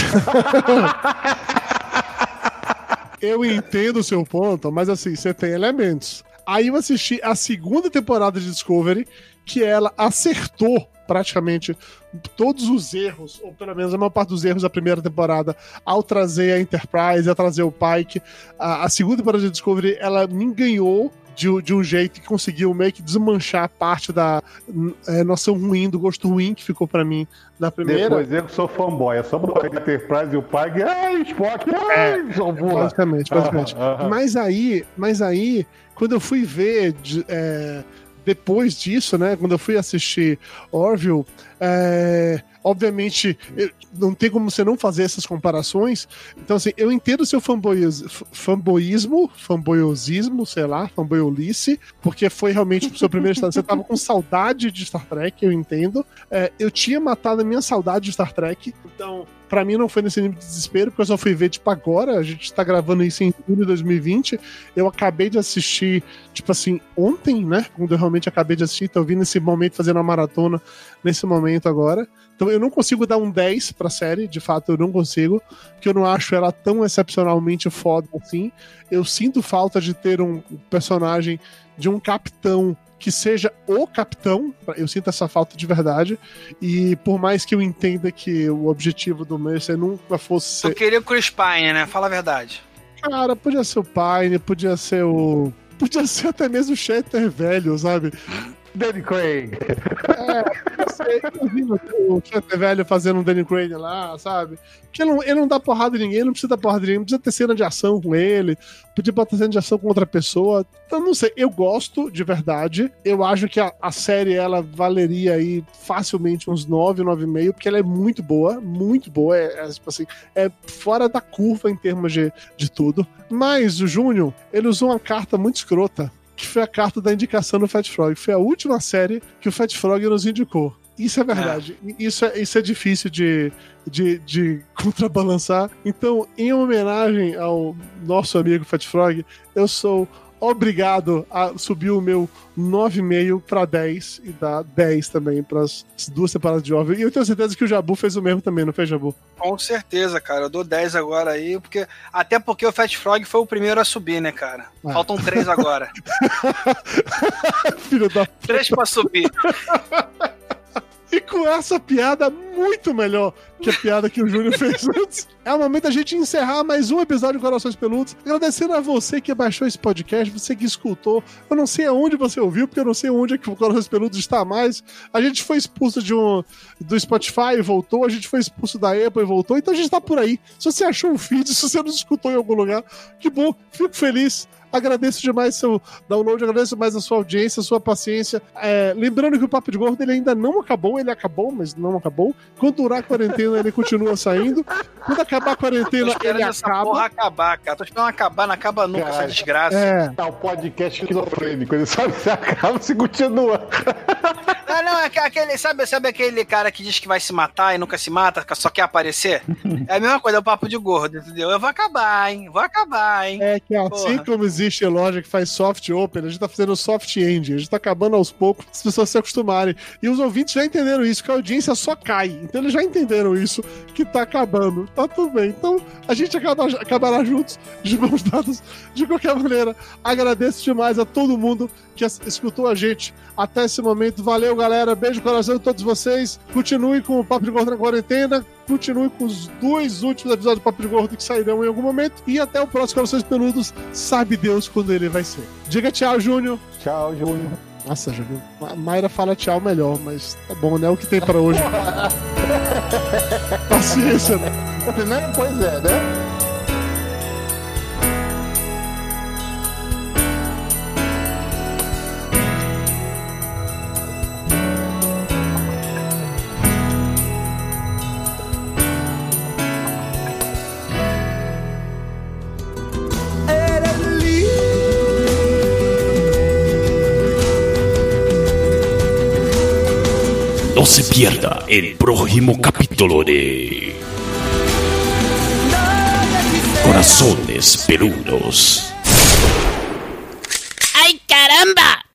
Speaker 4: Eu entendo o seu ponto, mas assim, você tem elementos. Aí eu assisti a segunda temporada de Discovery, que ela acertou praticamente todos os erros, ou pelo menos a maior parte dos erros da primeira temporada, ao trazer a Enterprise, ao trazer o Pike. A segunda temporada de Discovery, ela me enganou de um jeito que conseguiu meio que desmanchar parte da noção ruim, do gosto ruim que ficou pra mim na primeira.
Speaker 2: Depois eu sou fanboy, é só botar a Enterprise e o Pike, ai, Spock, ai, sou burra.
Speaker 4: Basicamente. Mas aí, quando eu fui ver... depois disso, né, quando eu fui assistir Orville, obviamente não tem como você não fazer essas comparações. Então, assim, eu entendo o seu fanboyismo, sei lá, fanboyolice, porque foi realmente o seu primeiro Star Trek. Você tava com saudade de Star Trek, eu entendo. Eu tinha matado a minha saudade de Star Trek, então... Pra mim não foi nesse nível de desespero, porque eu só fui ver, tipo, agora, a gente tá gravando isso em julho de 2020, eu acabei de assistir, tipo assim, ontem, né, quando eu realmente acabei de assistir, tô vindo nesse momento, fazendo uma maratona, nesse momento agora, então eu não consigo dar um 10 pra série, de fato eu não consigo, porque eu não acho ela tão excepcionalmente foda assim, eu sinto falta de ter um personagem de um capitão que seja o capitão. Eu sinto essa falta de verdade. E por mais que eu entenda que o objetivo do Mercer nunca fosse ser...
Speaker 3: Eu queria o Chris Pine, né? Fala a verdade.
Speaker 4: Cara, podia ser o Pine, podia ser o... Podia ser até mesmo o Shatter velho, sabe?
Speaker 2: Danny Craig.
Speaker 4: Imagina o Shatter velho fazendo um Danny Craig lá, sabe? Porque ele não dá porrada em ninguém, não precisa dar porrada em ninguém, não precisa ter cena de ação com ele, podia botar cena de ação com outra pessoa. Então, não sei, eu gosto de verdade. Eu acho que a série, ela valeria aí facilmente uns 9, 9,5, porque ela é muito boa, tipo assim, é fora da curva em termos de tudo. Mas o Júnior, ele usou uma carta muito escrota, que foi a carta da indicação do Fat Frog. Foi a última série que o Fat Frog nos indicou. Isso é verdade. Isso é difícil de contrabalançar. Então, em homenagem ao nosso amigo Fat Frog, eu sou obrigado a subir o meu 9,5 para 10 e dar 10 também para as duas temporadas de Orville. E eu tenho certeza que o Jabu fez o mesmo também, não fez, Jabu?
Speaker 3: Com certeza, cara. Eu dou 10 agora aí, até porque o Fat Frog foi o primeiro a subir, né, cara? Faltam 3 agora.
Speaker 4: Filho da...
Speaker 3: 3 pra subir.
Speaker 4: E com essa piada muito melhor que a piada que o Júnior fez antes, é o momento da gente encerrar mais um episódio de Corações Peludos. Agradecendo a você que baixou esse podcast, você que escutou. Eu não sei aonde você ouviu, porque eu não sei onde é que o Corações Peludos está mais. A gente foi expulso do Spotify e voltou, a gente foi expulso da Apple e voltou, então a gente tá por aí. Se você achou um feed, se você nos escutou em algum lugar, que bom, fico feliz. Agradeço demais seu download, agradeço mais a sua audiência, a sua paciência. Lembrando que o Papo de Gordo ele ainda não acabou, ele acabou, mas não acabou. Quando durar a quarentena, ele continua saindo. Quando acabar a quarentena, ele acaba.
Speaker 3: Porra acabar, cara. Tô esperando acabar, não acaba nunca essa desgraça.
Speaker 2: Tá o podcast esquizofrênico, ele sabe se acaba, se continua.
Speaker 3: Não, é aquele, sabe aquele cara que diz que vai se matar e nunca se mata, só quer aparecer? É a mesma coisa, é o Papo de Gordo, entendeu? Eu vou acabar, hein? É
Speaker 4: que assim como existe a loja que faz soft open, a gente tá fazendo soft end, a gente tá acabando aos poucos, as pessoas se acostumarem. E os ouvintes já entenderam isso, que a audiência só cai. Então eles já entenderam isso, que tá acabando. Tá tudo bem. Então a gente acabará juntos, de mãos dadas. De qualquer maneira, agradeço demais a todo mundo que escutou a gente até esse momento. Valeu, galera. Beijo no coração de todos vocês. Continue com o Papo de Gordo na quarentena. Continue com os 2 últimos episódios do Papo de Gordo que sairão em algum momento. E até o próximo Corações Peludos. Sabe Deus quando ele vai ser. Diga tchau, Júnior.
Speaker 2: Tchau, Júnior.
Speaker 4: Nossa, Júnior. A Mayra fala tchau melhor, mas tá bom, né? É o que tem pra hoje. Paciência, né?
Speaker 2: Pois é, né?
Speaker 1: No se pierda el próximo capítulo de Corazones Peludos.
Speaker 5: ¡Ay, caramba!